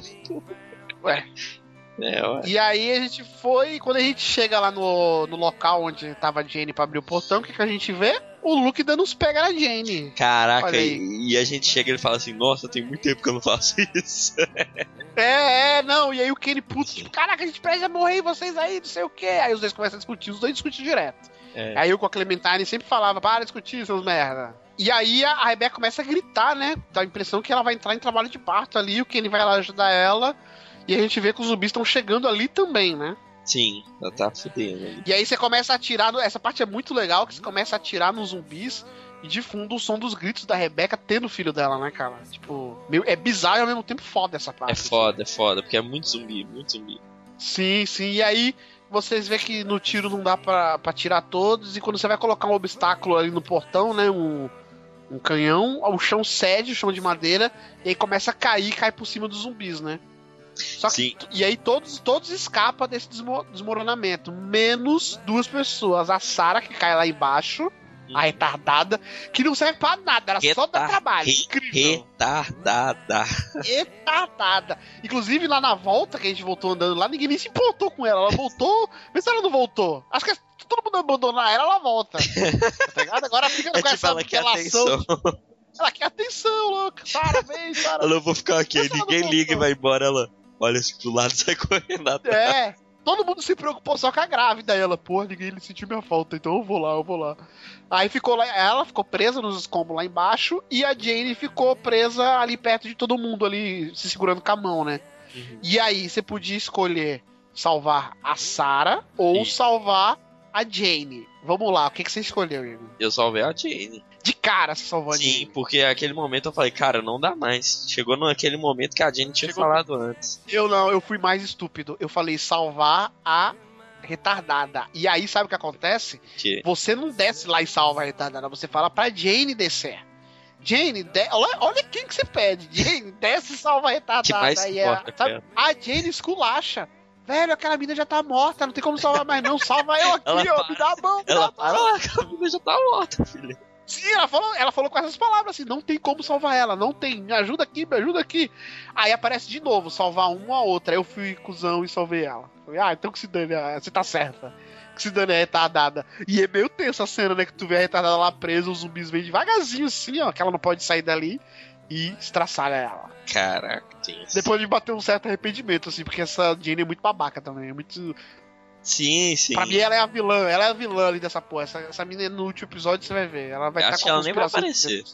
Ué. E aí a gente foi, quando a gente chega lá no local onde tava a Jane pra abrir o portão, o que a gente vê? O Luke dando uns pega na Jane. Caraca, e a gente chega e ele fala assim, nossa, tem muito tempo que eu não faço isso. Não, e aí o Kenny puto, tipo, caraca, a gente precisa morrer vocês aí, não sei o que. Aí os dois começam a discutir, os dois discutem direto. Aí eu com a Clementine sempre falava, para de discutir, seus merda. E aí a Rebecca começa a gritar, né? Dá a impressão que ela vai entrar em trabalho de parto ali, o Kenny vai lá ajudar ela. E a gente vê que os zumbis estão chegando ali também, né? Sim, ela tá fudendo ali. E aí você começa a atirar, essa parte é muito legal, que você começa a atirar nos zumbis e de fundo o som dos gritos da Rebecca tendo o filho dela, né, cara? Tipo, é bizarro e ao mesmo tempo foda essa parte. É foda, porque é muito zumbi, muito zumbi. Sim, e aí vocês vê que no tiro não dá pra tirar todos, e quando você vai colocar um obstáculo ali no portão, né, um canhão, o chão cede, o chão de madeira, e aí começa a cai por cima dos zumbis, né? Só que, sim. E aí todos escapam desse desmoronamento, menos duas pessoas, a Sarah, que cai lá embaixo, a retardada, que não serve pra nada, era só dar trabalho. Incrível. Retardada. Inclusive lá na volta, que a gente voltou andando lá, ninguém nem se importou com ela. Ela voltou, mas ela não voltou. Acho que todo mundo abandonar ela volta. Tá ligado? Agora fica com essa ela quer relação. Atenção. Ela quer atenção, louca. Sarah, vem, Sarah. Ela, eu vou ficar aqui, aí ninguém liga e vai embora, ela olha assim pro lado e sai correndo atrás. Todo mundo se preocupou só com a grávida. Aí ela, pô, ninguém sentiu minha falta, então eu vou lá. Aí ficou lá, ela ficou presa nos escombros lá embaixo e a Jane ficou presa ali perto de todo mundo, ali se segurando com a mão, né? Uhum. E aí você podia escolher salvar a Sarah ou salvar a Jane. Vamos lá, o que você escolheu, Igor? Eu salvei a Jane. De cara você salvou a Jane. Sim, porque naquele momento eu falei, cara, não dá mais. Chegou naquele momento que a Jane tinha falado antes. Eu fui mais estúpido. Eu falei salvar a retardada. E aí, sabe o que acontece? Você não desce lá e salva a retardada, você fala pra Jane descer. Jane, olha quem que você pede. Jane, desce e salva a retardada. Que mais aí sabe? A Jane esculacha. Velho, aquela mina já tá morta, não tem como salvar mais não. Salva eu aqui, ó, me dá a mão. Aquela mina já tá morta, filha. Sim, ela falou com essas palavras assim, não tem como salvar ela, não tem, me ajuda aqui. Aí aparece de novo, salvar uma a outra. Aí eu fui cuzão e salvei ela. Falei, então que se dane, você tá certa. Que se dane a retardada. E é meio tenso a cena, né, que tu vê a retardada lá presa, os zumbis vêm devagarzinho assim, ó, que ela não pode sair dali e estraçalha ela. Caraca, tem isso. Depois de bater um certo arrependimento, assim, porque essa Jane é muito babaca também, é muito... Sim. Pra mim ela é a vilã ali dessa porra. Essa menina no último episódio você vai ver. Ela vai estar com ela nem vai aparecer.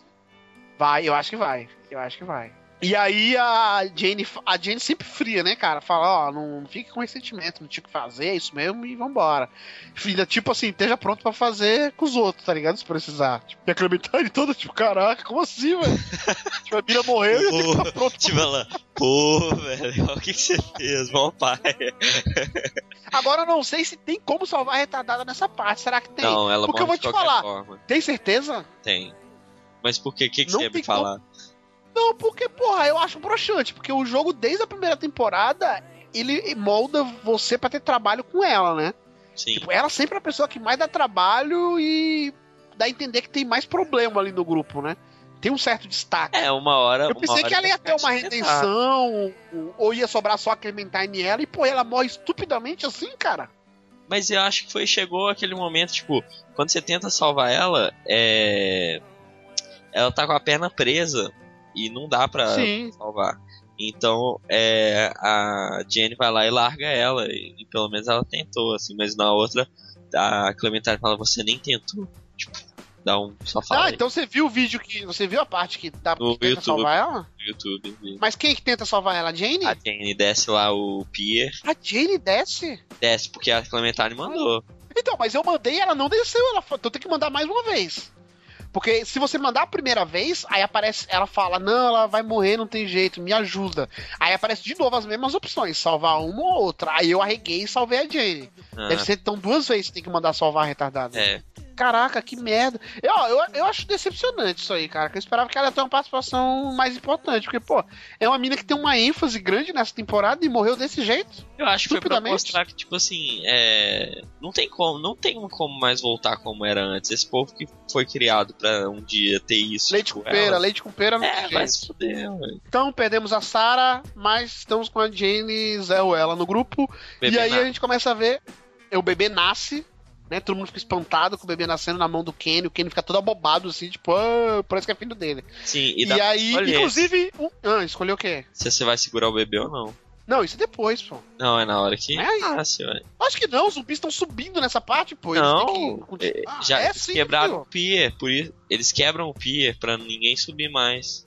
Eu acho que vai. E aí a Jane sempre fria, né, cara? Fala, não fique com ressentimento, não tinha o que fazer, é isso mesmo e vambora. Filha, tipo assim, esteja pronto pra fazer com os outros, tá ligado? Se precisar. Tipo, e a Clementine toda, tipo, caraca, como assim, velho? Tipo, a Mira morreu e eu tenho que estar pronto. Tipo, ela, velho, o que você fez, bom pai? Agora eu não sei se tem como salvar a retardada nessa parte, será que tem? Não, ela porque eu vou te falar, forma. Tem certeza? Tem. Mas por quê? O que você ia me falar? Não, porque, porra, eu acho broxante, porque o jogo, desde a primeira temporada, ele molda você pra ter trabalho com ela, né? Sim. Tipo, ela sempre é a pessoa que mais dá trabalho e dá a entender que tem mais problema ali no grupo, né? Tem um certo destaque. Uma hora... Eu pensei que ela ia ter uma redenção, ou ia sobrar só a Clementine e ela, e, pô, ela morre estupidamente assim, cara. Mas eu acho que chegou aquele momento, tipo, quando você tenta salvar ela, ela tá com a perna presa e não dá pra salvar. Então a Jenny vai lá e larga ela, e pelo menos ela tentou, assim, mas na outra a Clementine fala, você nem tentou. Tipo, dá um só fala. Então você viu o vídeo você viu a parte que dá no que tenta YouTube, salvar ela? No YouTube. Mas quem que tenta salvar ela? A Jane? A Jane desce lá o pier. A Jane desce? Desce porque a Clementine mandou. Então, mas eu mandei e ela não desceu. Então tem que mandar mais uma vez. Porque se você mandar a primeira vez, aí aparece, ela fala, não, ela vai morrer, não tem jeito, me ajuda. Aí aparece de novo as mesmas opções, salvar uma ou outra. Aí eu arreguei e salvei a Jane. Deve ser, então, 2 vezes que tem que mandar salvar a retardada. Caraca, que merda. Eu acho decepcionante isso aí, cara. Que eu esperava que ela ia ter uma participação mais importante. Porque, pô, é uma mina que tem uma ênfase grande nessa temporada e morreu desse jeito. Eu acho que foi pra mostrar que, tipo assim, não tem como mais voltar como era antes. Esse povo que foi criado pra um dia ter isso. Leite com pera não tem jeito. Vai se fuder, velho. Então perdemos a Sarah, mas estamos com a Jane, Zé ou ela no grupo. E aí a gente começa a ver, o bebê nasce, né? Todo mundo fica espantado com o bebê nascendo na mão do Kenny. O Kenny fica todo abobado, assim, tipo, parece que é filho dele. Sim, e aí, inclusive, escolheu o quê? Se você vai segurar o bebê ou não. Não, isso é depois, pô. Não, é na hora que nasce, velho. Acho que não, os zumbis estão subindo nessa parte, pô. Não, eles quebraram o pier, por isso eles quebram o pier pra ninguém subir mais.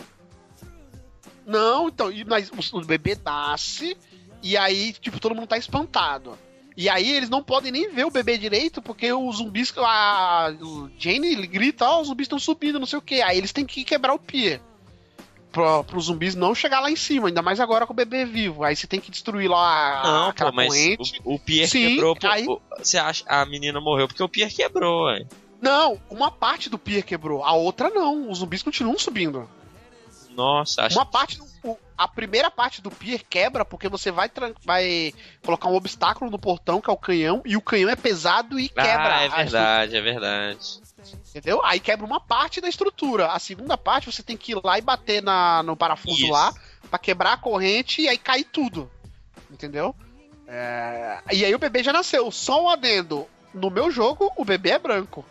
Não, então, mas o bebê nasce e aí, tipo, todo mundo tá espantado. E aí eles não podem nem ver o bebê direito, porque os zumbis, o Jane ele grita, os zumbis estão subindo, não sei o que. Aí eles têm que quebrar o pier pros zumbis não chegar lá em cima, ainda mais agora com o bebê vivo. Aí você tem que destruir lá aquela corrente. O pier quebrou. Você acha a menina morreu porque o pier quebrou, velho. Não, uma parte do pier quebrou, a outra não. Os zumbis continuam subindo. Nossa, a primeira parte do pier quebra porque você vai colocar um obstáculo no portão, que é o canhão, e o canhão é pesado e quebra. É verdade. Entendeu? Aí quebra uma parte da estrutura. A segunda parte você tem que ir lá e bater no parafuso lá pra quebrar a corrente e aí cair tudo. Entendeu? E aí o bebê já nasceu. Só um adendo. No meu jogo, o bebê é branco.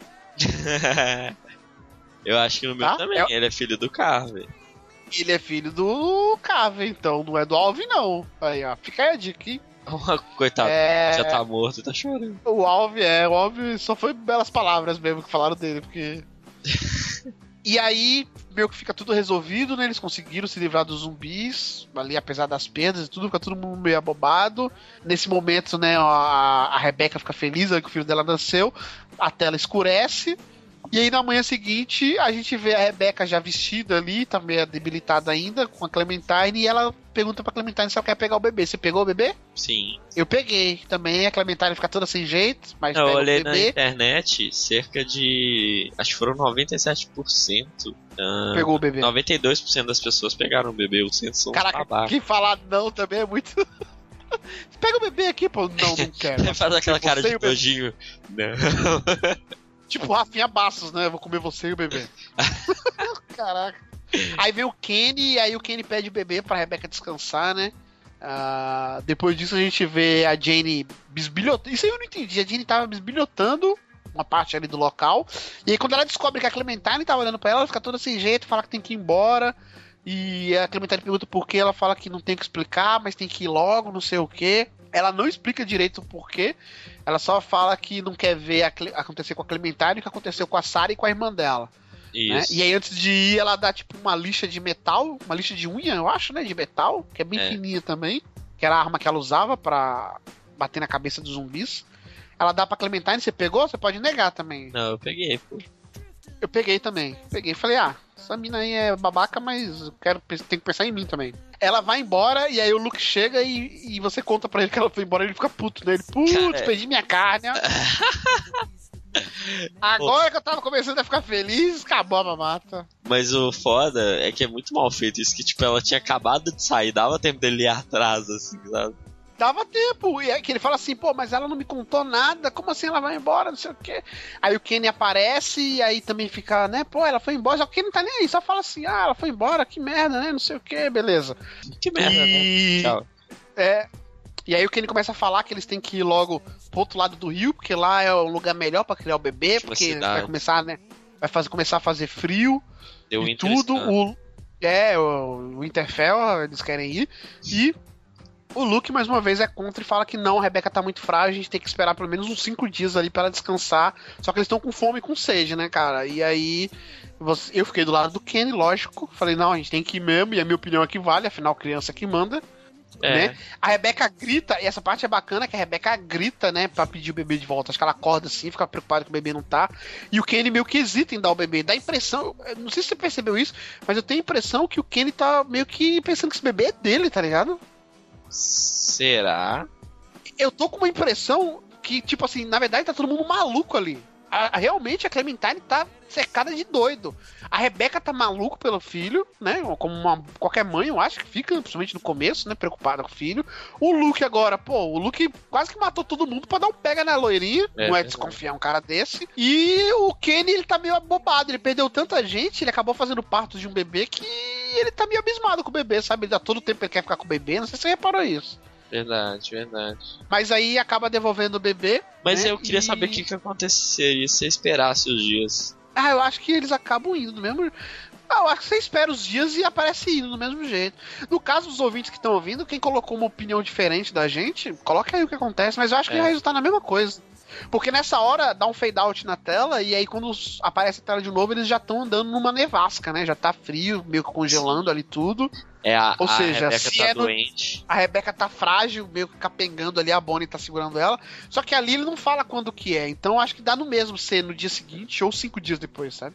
Eu acho que no meu também. Ele é filho do Carver. Ele é filho do Carver, então. Não é do Alvin, não. Aí, ó. Fica aí a dica, hein? Coitado, já tá morto e tá chorando. O Alvin só foi belas palavras mesmo que falaram dele, porque... E aí, meio que fica tudo resolvido, né? Eles conseguiram se livrar dos zumbis, ali, apesar das perdas e tudo, fica todo mundo meio abobado. Nesse momento, né, a Rebecca fica feliz, que o filho dela nasceu, a tela escurece. E aí na manhã seguinte a gente vê a Rebecca já vestida ali, tá meio debilitada ainda, com a Clementine, e ela pergunta pra Clementine se ela quer pegar o bebê. Você pegou o bebê? Sim. Eu peguei também, a Clementine fica toda sem jeito, mas eu pega olhei o bebê. Na internet, cerca de... acho que foram 97%. Pegou o bebê. 92% das pessoas pegaram o bebê, os centros são Caraca, quem falar não também é muito... Pega o bebê aqui, pô. Não quero. Faz aquela cara de nojinho. Não. Tipo Rafinha Bastos, né? Eu vou comer você e o bebê. Caraca. Aí vem o Kenny, e aí o Kenny pede o bebê pra Rebecca descansar, né? Depois disso a gente vê a Jane bisbilhotando. Isso aí eu não entendi. A Jane tava bisbilhotando uma parte ali do local. E aí quando ela descobre que a Clementine tava olhando pra ela fica toda sem jeito, fala que tem que ir embora. E a Clementine pergunta por quê, ela fala que não tem que explicar, mas tem que ir logo, não sei o quê. Ela não explica direito o porquê. Ela só fala que não quer ver acontecer com a Clementine o que aconteceu com a Sarah e com a irmã dela. Isso. Né? E aí antes de ir, ela dá tipo uma lixa de metal, uma lixa de unha, eu acho, né? De metal, que é bem fininha também. Que era a arma que ela usava pra bater na cabeça dos zumbis. Ela dá pra Clementine, você pegou? Você pode negar também. Não, eu peguei, pô. Eu peguei também. Falei, essa mina aí é babaca, mas eu tem que pensar em mim também. Ela vai embora e aí o Luke chega e você conta pra ele que ela foi embora e ele fica puto, né? Ele, putz, perdi minha carne, ó. Agora que eu tava começando a ficar feliz, acabou a mamata. Mas o foda é que é muito mal feito isso, que tipo, ela tinha acabado de sair, dava tempo dele ir atrás, assim, sabe? Dava tempo, e aí que ele fala assim, pô, mas ela não me contou nada, como assim ela vai embora, não sei o quê. Aí o Kenny aparece, e aí também fica, né, pô, ela foi embora, só que o Kenny não tá nem aí, só fala assim, ela foi embora, que merda, né, não sei o quê, beleza. Que merda, né? Tchau. E aí o Kenny começa a falar que eles têm que ir logo pro outro lado do rio, porque lá é o lugar melhor pra criar o bebê, porque vai começar, né? Começar a fazer frio e tudo. O Winterfell, eles querem ir. E o Luke, mais uma vez, é contra e fala que não, a Rebecca tá muito frágil, a gente tem que esperar pelo menos uns 5 dias ali pra ela descansar. Só que eles estão com fome e com sede, né, cara? E aí eu fiquei do lado do Kenny, lógico. Falei, não, a gente tem que ir mesmo, e a minha opinião aqui vale, afinal, criança que manda. Né? A Rebecca grita, e essa parte é bacana, que a Rebecca grita, né, pra pedir o bebê de volta. Acho que ela acorda assim, fica preocupada que o bebê não tá. E o Kenny meio que hesita em dar o bebê. Dá a impressão, não sei se você percebeu isso, mas eu tenho a impressão que o Kenny tá meio que pensando que esse bebê é dele, tá ligado? Será? Eu tô com uma impressão que, tipo assim, na verdade tá todo mundo maluco ali. Realmente a Clementine tá cercada de doido. A Rebecca tá maluco pelo filho, né? Como qualquer mãe, eu acho que fica, principalmente no começo, né? Preocupada com o filho. O Luke agora, o Luke quase que matou todo mundo pra dar um pega na loirinha. Não é desconfiar um cara desse. E o Kenny, ele tá meio abobado. Ele perdeu tanta gente, ele acabou fazendo parto de um bebê que ele tá meio abismado com o bebê, sabe? Ele dá todo o tempo que ele quer ficar com o bebê. Não sei se você reparou isso. Verdade. Mas aí acaba devolvendo o bebê. Mas né? eu queria saber o que aconteceria se você esperasse os dias. Eu acho que eles acabam indo do mesmo. Eu acho que você espera os dias e aparece indo do mesmo jeito. No caso dos ouvintes que estão ouvindo, quem colocou uma opinião diferente da gente, coloca aí o que acontece. Mas eu acho que vai resultar na mesma coisa. Porque nessa hora dá um fade out na tela e aí quando aparece a tela de novo, eles já estão andando numa nevasca, né? Já tá frio, meio que congelando ali tudo. Ou seja, Rebecca tá doente. A Rebecca tá frágil, meio que capengando ali, a Bonnie tá segurando ela. Só que ali ele não fala quando que é. Então acho que dá no mesmo ser no dia seguinte ou 5 dias depois, sabe?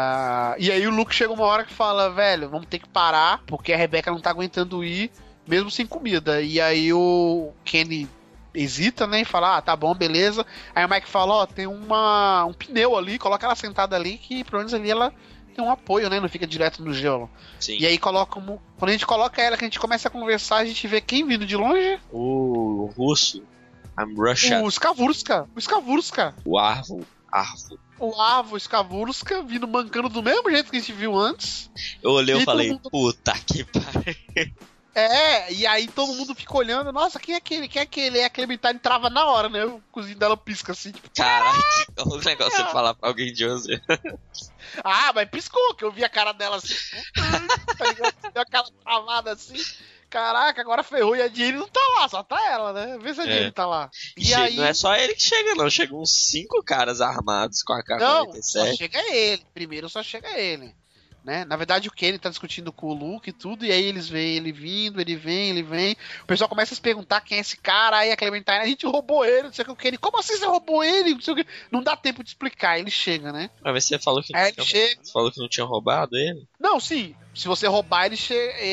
E aí o Luke chega uma hora que fala, velho, vamos ter que parar, porque a Rebecca não tá aguentando ir, mesmo sem comida. E aí o Kenny hesita, né, e fala, tá bom, beleza. Aí o Mike fala, tem um pneu ali, coloca ela sentada ali, que pelo menos ali ela tem um apoio, né, não fica direto no gelo. Sim. E aí quando a gente coloca ela, que a gente começa a conversar, a gente vê quem vindo de longe? O russo. I'm Russian. O Skavurska. O Arvo. O Arvo Skavurska vindo mancando do mesmo jeito que a gente viu antes. Eu olhei e falei, puta que pariu. E aí todo mundo fica olhando, nossa, quem é aquele? E a Clementine trava na hora, né? O cozinho dela pisca assim, tipo... Caralho, o negócio é falar pra alguém de 11 mas piscou, que eu vi a cara dela assim, tá ligado? Deu aquela travada assim, caraca, agora ferrou, e a Jane não tá lá, só tá ela, né? Vê se a Jane tá lá. E aí... Não é só ele que chega, não, chegam uns 5 caras armados com a K-47. Não, só chega ele, primeiro só chega ele. Né? Na verdade o Kenny tá discutindo com o Luke e tudo, e aí eles veem ele vindo, ele vem, o pessoal começa a se perguntar quem é esse cara, aí a Clementine, a gente roubou ele, não sei o que, o Kenny, como assim você roubou ele? Não sei o que, não dá tempo de explicar, ele chega, né? Mas você falou que não tinha roubado ele? Não, sim, se você roubar ele,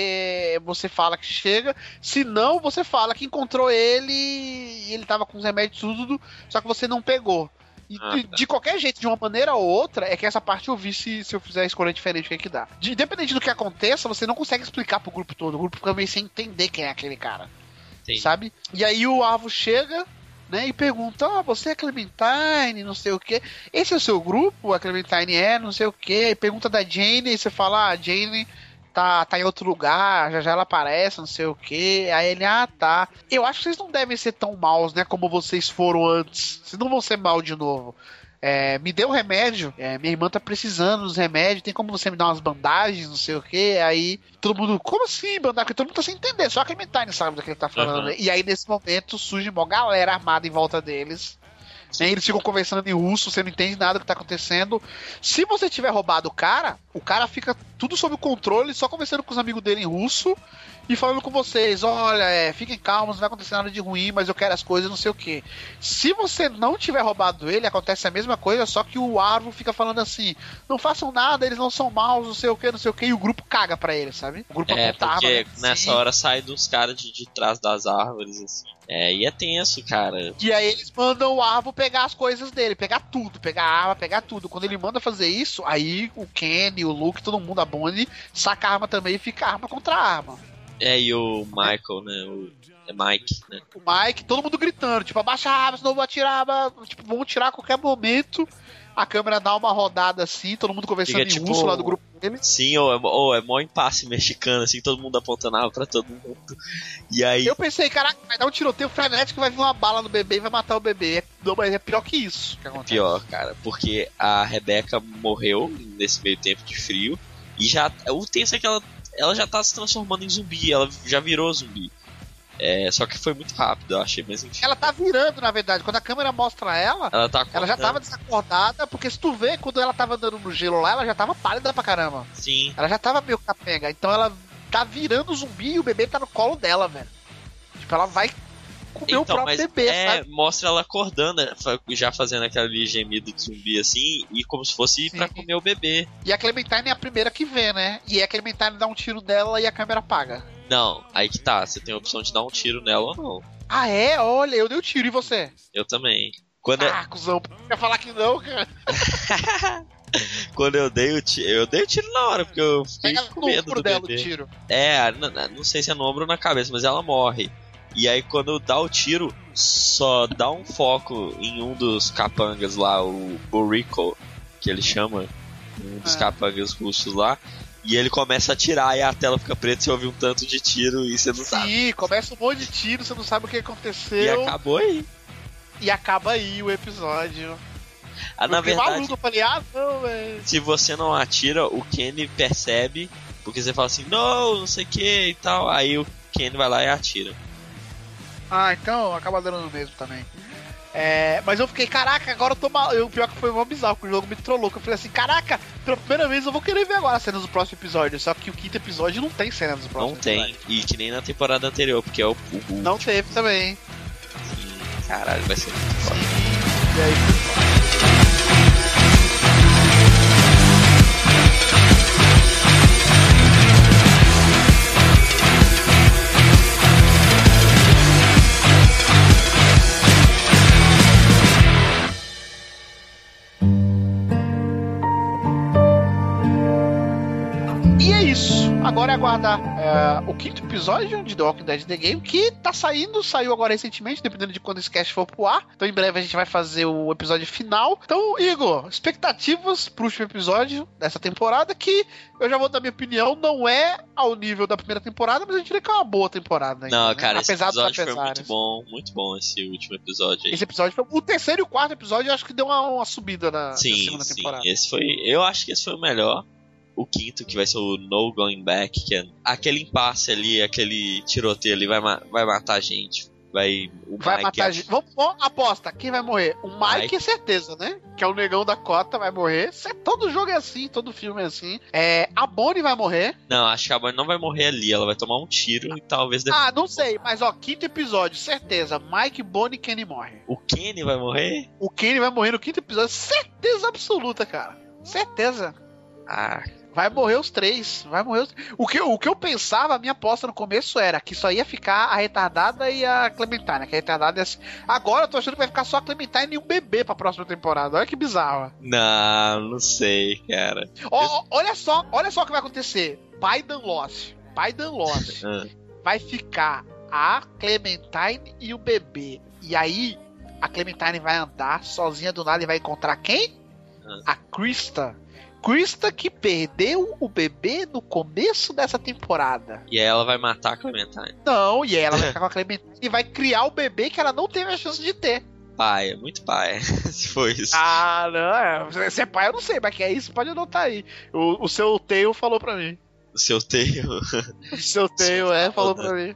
você fala que chega, se não, você fala que encontrou ele e ele tava com os remédios tudo, só que você não pegou. E de qualquer jeito, de uma maneira ou outra, é que essa parte eu vi se eu fizer a escolha diferente, o que é que dá. Independente do que aconteça, você não consegue explicar pro grupo todo. O grupo fica meio sem entender quem é aquele cara. Sim. Sabe? E aí o Arvo chega, né, e pergunta, você é a Clementine, não sei o que. Esse é o seu grupo? A Clementine não sei o que. Aí pergunta da Jane, e você fala, a Jane tá em outro lugar, já ela aparece, não sei o que. Aí ele, tá. Eu acho que vocês não devem ser tão maus, né, como vocês foram antes. Vocês não vão ser mal de novo. Me dê um remédio, minha irmã tá precisando dos remédios, tem como você me dar umas bandagens, não sei o que. Aí todo mundo, como assim bandagem? Porque todo mundo tá sem entender, só a Clementine sabe do que ele tá falando. E aí nesse momento surge uma galera armada em volta deles. Eles ficam conversando em russo, você não entende nada do que tá acontecendo. Se você tiver roubado o cara fica tudo sob controle, só conversando com os amigos dele em russo e falando com vocês, olha, fiquem calmos, não vai acontecer nada de ruim, mas eu quero as coisas, não sei o que. Se você não tiver roubado ele, acontece a mesma coisa, só que o Arvo fica falando assim, não façam nada, eles não são maus, não sei o que, e o grupo caga pra ele, sabe? O grupo aponta a arma, porque nessa hora sai dos caras de trás das árvores, assim. E é tenso, cara. E aí eles mandam o Arvo pegar as coisas dele, pegar tudo, pegar a arma, pegar tudo. Quando ele manda fazer isso, aí o Kenny, o Luke, todo mundo, a Bonnie, saca a arma também e fica arma contra arma. E o Michael, né? É Mike, né? O Mike, todo mundo gritando, tipo, abaixa a arma, senão eu vou atirar, tipo, vão tirar a qualquer momento. a câmera dá uma rodada assim, todo mundo conversando Fica, em tipo, russo lá do grupo dele. Sim, ou é mó impasse mexicano, assim, todo mundo apontando a arma pra todo mundo. E aí. Eu pensei, caraca, vai dar um tiroteio frenético, vai vir uma bala no bebê e vai matar o bebê. Não, mas é pior que isso que acontece. Pior, cara, porque a Rebecca morreu nesse meio tempo de frio. E já. O tenso é que ela já tá se transformando em zumbi, ela já virou zumbi. Só que foi muito rápido, eu achei, mas enfim. Ela tá virando, na verdade. Quando a câmera mostra ela já tava desacordada, porque se tu vê, quando ela tava andando no gelo lá, ela já tava pálida pra caramba. Sim. Ela já tava meio capenga. Então ela tá virando zumbi e o bebê tá no colo dela, velho. Tipo, ela vai comer o próprio bebê, sabe? Mostra ela acordando, já fazendo aquele gemido de zumbi assim, e como se fosse pra comer o bebê. E a Clementine é a primeira que vê, né? E a Clementine dá um tiro dela e a câmera apaga. Não, aí que tá, você tem a opção de dar um tiro nela ou não. Ah, é? Olha, eu dei o tiro, e você? Eu também. Cuzão, quer falar que não, cara? Quando eu dei o tiro na hora, porque eu fiquei com medo do dela, bebê. o tiro. Não sei se é no ombro ou na cabeça, mas ela morre. E aí quando dá o tiro, só dá um foco em um dos capangas lá, o Buriko, que ele chama, um dos capangas russos lá. E ele começa a atirar e a tela fica preta, você ouve um tanto de tiro e você não sabe. Sim, começa um monte de tiro, você não sabe o que aconteceu. E acabou aí. E acaba aí o episódio. Na verdade, maluco, eu falei, não, velho. Se você não atira, o Kenny percebe, porque você fala assim, não sei o que e tal. Aí o Kenny vai lá e atira. Então acaba dando no mesmo também. Mas eu fiquei, caraca, agora eu tô mal. O pior que foi mó bizarro, que o jogo me trollou. Eu falei assim, caraca, pela primeira vez eu vou querer ver agora as cenas do próximo episódio. Só que o quinto episódio não tem cenas do próximo episódio. Não tem, e que nem na temporada anterior, porque é o não teve também. Caralho, vai ser muito foda. E aí, agora é aguardar o quinto episódio de The Walking Dead The Game, que tá saiu agora recentemente, dependendo de quando esse cast for pro ar. Então em breve a gente vai fazer o episódio final. Então, Igor, expectativas pro último episódio dessa temporada, que eu já vou dar minha opinião, não é ao nível da primeira temporada, mas eu diria que é uma boa temporada ainda, não, né? cara, apesar esse episódio foi muito bom esse último episódio aí. Esse episódio foi o terceiro e o quarto episódio, eu acho que deu uma subida na segunda temporada. Eu acho que esse foi o melhor. O quinto, que vai ser o No Going Back, que é aquele impasse ali, aquele tiroteio ali, vai matar a gente. Vai matar a gente. Vamos, aposta, quem vai morrer? O Mike é certeza, né? Que é o negão da cota, vai morrer. Todo jogo é assim, todo filme é assim. A Bonnie vai morrer. Não, acho que a Bonnie não vai morrer ali, ela vai tomar um tiro e talvez... não sei, mas quinto episódio, certeza. Mike, Bonnie e Kenny morrem. O Kenny vai morrer? O Kenny vai morrer no quinto episódio, certeza absoluta, cara. Certeza. Vai morrer os três. O que eu pensava, a minha aposta no começo era que só ia ficar a retardada e a Clementine. Que a retardada é assim. Agora eu tô achando que vai ficar só a Clementine e um bebê pra próxima temporada. Olha que bizarro. Não sei, cara. Olha só o que vai acontecer. Biden Lost. Vai ficar a Clementine e o bebê. E aí, a Clementine vai andar sozinha do nada e vai encontrar quem? A Krista. Krista que perdeu o bebê no começo dessa temporada. E aí ela vai matar a Clementine. Não, e aí ela vai ficar com a Clementine e vai criar o bebê que ela não teve a chance de ter. Pai, é muito pai, se for isso. Não, se é pai eu não sei, mas que é isso, pode anotar aí. O seu Tail falou pra mim. O seu Tail? O seu Tail, falou pra mim.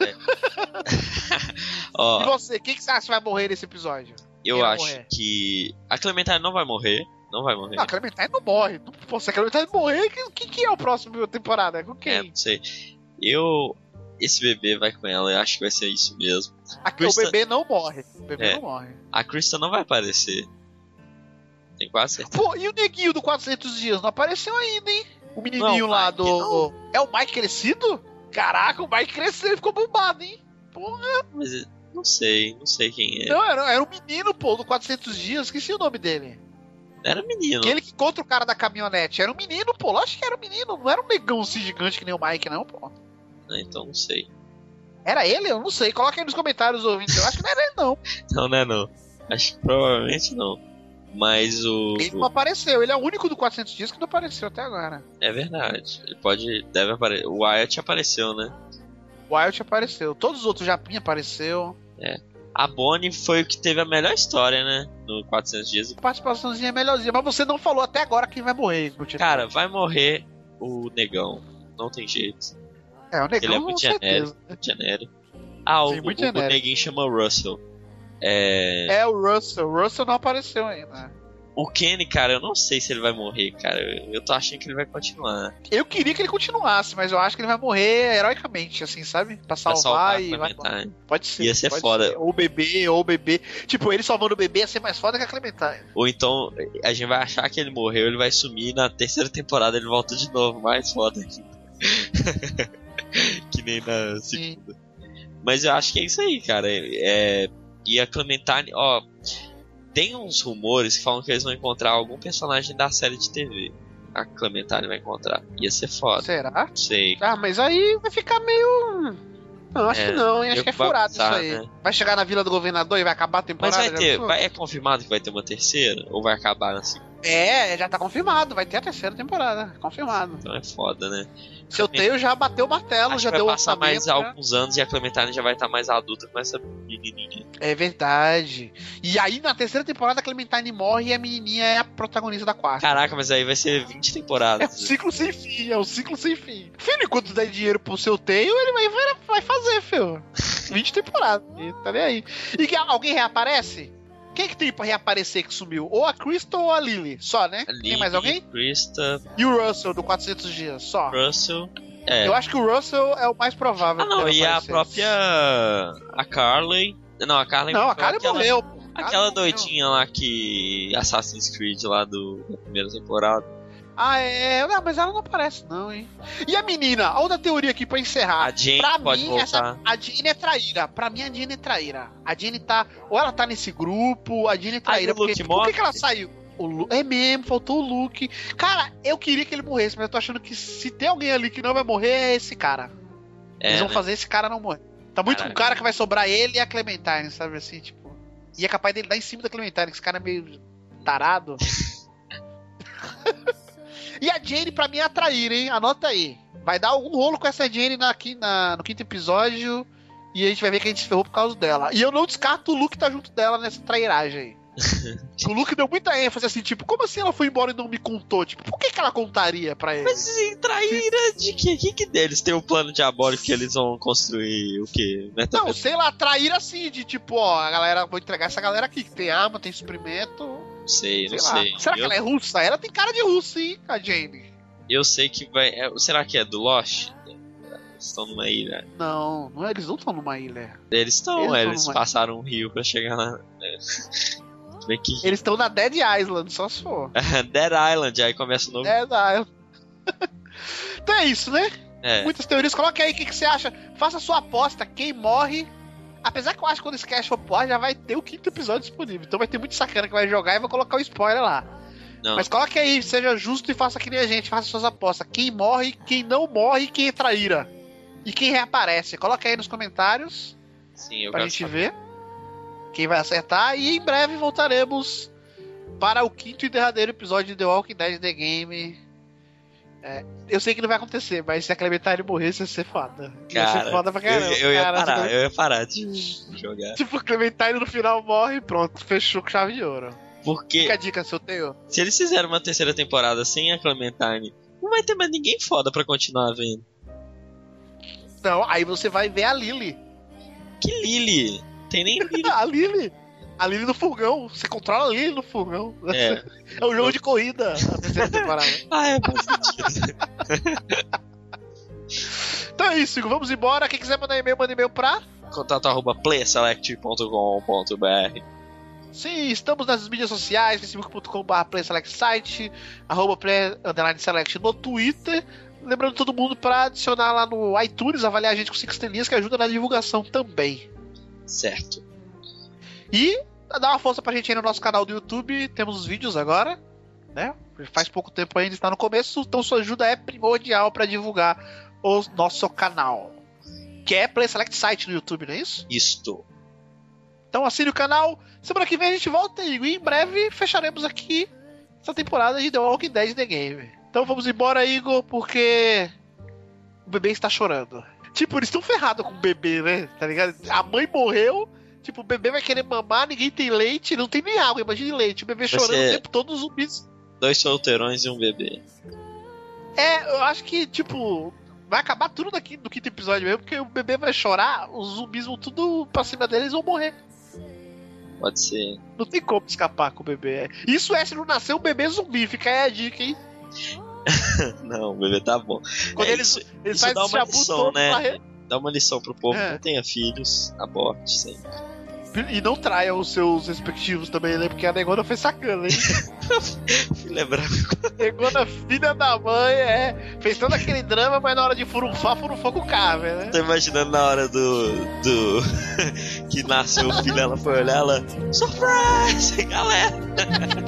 E você, quem que você acha que vai morrer nesse episódio? Eu acho que a Clementine não vai morrer. Não, a Clementine não morre. Se a Clementine morrer, que é o próximo temporada? Com quem? Não sei. Esse bebê vai com ela, eu acho que vai ser isso mesmo. O bebê não morre. Não morre. A Krista não vai aparecer. Tem quase certeza. Pô, e o neguinho do 400 dias? Não apareceu ainda, hein? O menininho lá do... Não. É o Mike crescido? Caraca, o Mike cresceu e ficou bombado, hein? Porra. Mas não sei quem é. Não, era um menino, pô, do 400 dias. Esqueci o nome dele. Era menino. Aquele que contra o cara da caminhonete. Era um menino, pô. Lógico que era um menino. Não era um negão assim gigante que nem o Mike, não, pô. Então não sei. Era ele? Eu não sei. Coloca aí nos comentários, ouvintes. Eu acho que não era ele, não. Não é não. Acho que provavelmente não. Mas Ele não apareceu, ele é o único do 400 dias que não apareceu até agora. É verdade. Ele deve aparecer. O Wyatt apareceu, né? O Wyatt apareceu, todos os outros, o Japinha apareceu. A Bonnie foi o que teve a melhor história, né? No 400 dias. A participaçãozinha é melhorzinha, mas você não falou até agora quem vai morrer. Cara, vai morrer o Negão. Não tem jeito. O Negão, ele é muito genérico. Genérico. O Neguinho chama Russell. O Russell. O Russell não apareceu ainda. O Kenny, cara, eu não sei se ele vai morrer, cara. Eu tô achando que ele vai continuar. Eu queria que ele continuasse, mas eu acho que ele vai morrer heroicamente, assim, sabe? Pra salvar e vai. Pode ser. Ia ser foda. Ou o bebê. Tipo, ele salvando o bebê ia ser mais foda que a Clementine. Ou então a gente vai achar que ele morreu, ele vai sumir e na terceira temporada ele volta de novo, mais foda aqui. Que nem na segunda. Mas eu acho que é isso aí, cara. E a Clementine, tem uns rumores que falam que eles vão encontrar algum personagem da série de TV. A Clementine vai encontrar. Ia ser foda. Será? Não sei. Mas aí vai ficar meio... Não, acho que não, hein? Acho que é furado isso aí. Né? Vai chegar na Vila do Governador e vai acabar a temporada? Mas é confirmado que vai ter uma terceira? Ou vai acabar assim? Já tá confirmado. Vai ter a terceira temporada. Confirmado. Então é foda, né? Seu Teio já bateu o martelo, acho já que deu vai passar mais né? alguns anos e a Clementine já vai estar mais adulta com essa menininha. É verdade. E aí na terceira temporada a Clementine morre e a menininha é a protagonista da quarta. Caraca, mas aí vai ser 20 temporadas. É um ciclo sem fim, Filho, enquanto der dinheiro pro Seu Teio, ele vai fazer, filho. 20 temporadas. Tá nem aí. E que alguém reaparece? Quem que tem pra reaparecer que sumiu? Ou a Crystal ou a Lily? Só, né? Tem mais alguém? Crystal. E o Russell, do 400 dias? Só. Russell. Eu acho que o Russell é o mais provável. Não, e a própria... A Carly... Não, a Carly morreu. Aquela doidinha lá que... Assassin's Creed lá da primeira temporada. Não, mas ela não aparece não, hein? E a menina? A outra teoria aqui pra encerrar. A Jane pode voltar. A Jane é traíra. Pra mim a Jane é traíra. A Jane tá... Ou ela tá nesse grupo, a Jane é traíra. Por que ela saiu? É mesmo, faltou o Luke. Cara, eu queria que ele morresse, mas eu tô achando que se tem alguém ali que não vai morrer, é esse cara. Eles vão fazer esse cara não morrer. Tá muito com o cara que vai sobrar ele e a Clementine, sabe assim, tipo... E é capaz dele dar em cima da Clementine, que esse cara é meio tarado. E a Jane, pra mim, é a traíra, hein? Anota aí. Vai dar algum rolo com essa Jane no quinto episódio e a gente vai ver que a gente se ferrou por causa dela. E eu não descarto o Luke tá junto dela nessa trairagem aí. O Luke deu muita ênfase assim, tipo, como assim ela foi embora e não me contou? Tipo, por que ela contaria pra ele? Mas traíra de quê? Que deles tem um plano diabólico que eles vão construir o quê? Não, sei lá, traíra assim, de tipo, a galera, vou entregar essa galera aqui, que tem arma, tem suprimento. Não sei. Será que ela é russa? Ela tem cara de russa, hein, a Jane. Eu sei que vai... será que é do Lost? Eles estão numa ilha. Não, eles não estão numa ilha. Eles estão, eles passaram um rio pra chegar lá. Eles estão na Dead Island, só se for. Dead Island, aí começa o novo. Dead Island. Então é isso, né? Muitas teorias. Coloque aí o que você acha. Faça a sua aposta. Quem morre. Apesar que eu acho que quando esse cast for pro ar, já vai ter o quinto episódio disponível. Então vai ter muito sacana que vai jogar e vai colocar o spoiler lá. Não. Mas coloque aí, seja justo e faça que nem a gente. Faça suas apostas. Quem morre, quem não morre, quem é traíra. E quem reaparece. Coloque aí nos comentários. Sim, pra gente ver quem vai acertar. E em breve voltaremos para o quinto e derradeiro episódio de The Walking Dead The Game. Eu sei que não vai acontecer, mas se a Clementine morresse, ia ser foda. Ia ser foda pra caramba. Eu ia parar de jogar. Tipo, a Clementine no final morre e pronto, fechou com chave de ouro. Porque fica a dica, seu Teio. Se eles fizerem uma terceira temporada sem a Clementine, não vai ter mais ninguém foda pra continuar vendo. Não, aí você vai ver a Lily. Que Lily? Tem nem Lily. A Lily no furgão. Você controla a Lily no furgão. É um jogo de corrida a terceira temporada. Faz sentido. Então é isso, vamos embora. Quem quiser mandar e-mail, manda e-mail pra contato@playselect.com.br. Sim, estamos nas mídias sociais, facebook.com/playselectsite, @play_select no Twitter. Lembrando todo mundo pra adicionar lá no iTunes, avaliar a gente com 5 estrelinhas, que ajuda na divulgação também. Certo. E dá uma força pra gente aí no nosso canal do YouTube. Temos os vídeos agora, né? Faz pouco tempo ainda, está no começo, então sua ajuda é primordial pra divulgar o nosso canal. Que é Play Select Site no YouTube, não é isso? Isto. Então assine o canal. Semana que vem a gente volta e em breve fecharemos aqui essa temporada de The Walking Dead The Game. Então vamos embora, Igor, porque o bebê está chorando. Tipo, eles estão ferrados com o bebê, né? Tá ligado? A mãe morreu, tipo, o bebê vai querer mamar, ninguém tem leite, não tem nem água, imagine leite. O bebê chorando o tempo todo, os zumbis. 2 solteirões e um bebê. Eu acho que, tipo, vai acabar tudo no quinto episódio mesmo, porque o bebê vai chorar, os zumbis vão tudo pra cima deles e vão morrer. Pode ser. Não tem como escapar com o bebê. Isso se não nascer um bebê zumbi, fica aí a dica, hein? Não, o bebê tá bom. Quando eles isso dá uma lição, né? Dá uma lição pro povo, É. não tenha filhos, aborte sempre. E não traia os seus respectivos também, né? Porque a negona foi sacana, hein? Lembrar. Negona, filha da mãe, fez todo aquele drama, mas na hora de furunfar com o Carver, né? Tô imaginando na hora do que nasceu o filho, ela foi olhar, ela... Surprise, galera!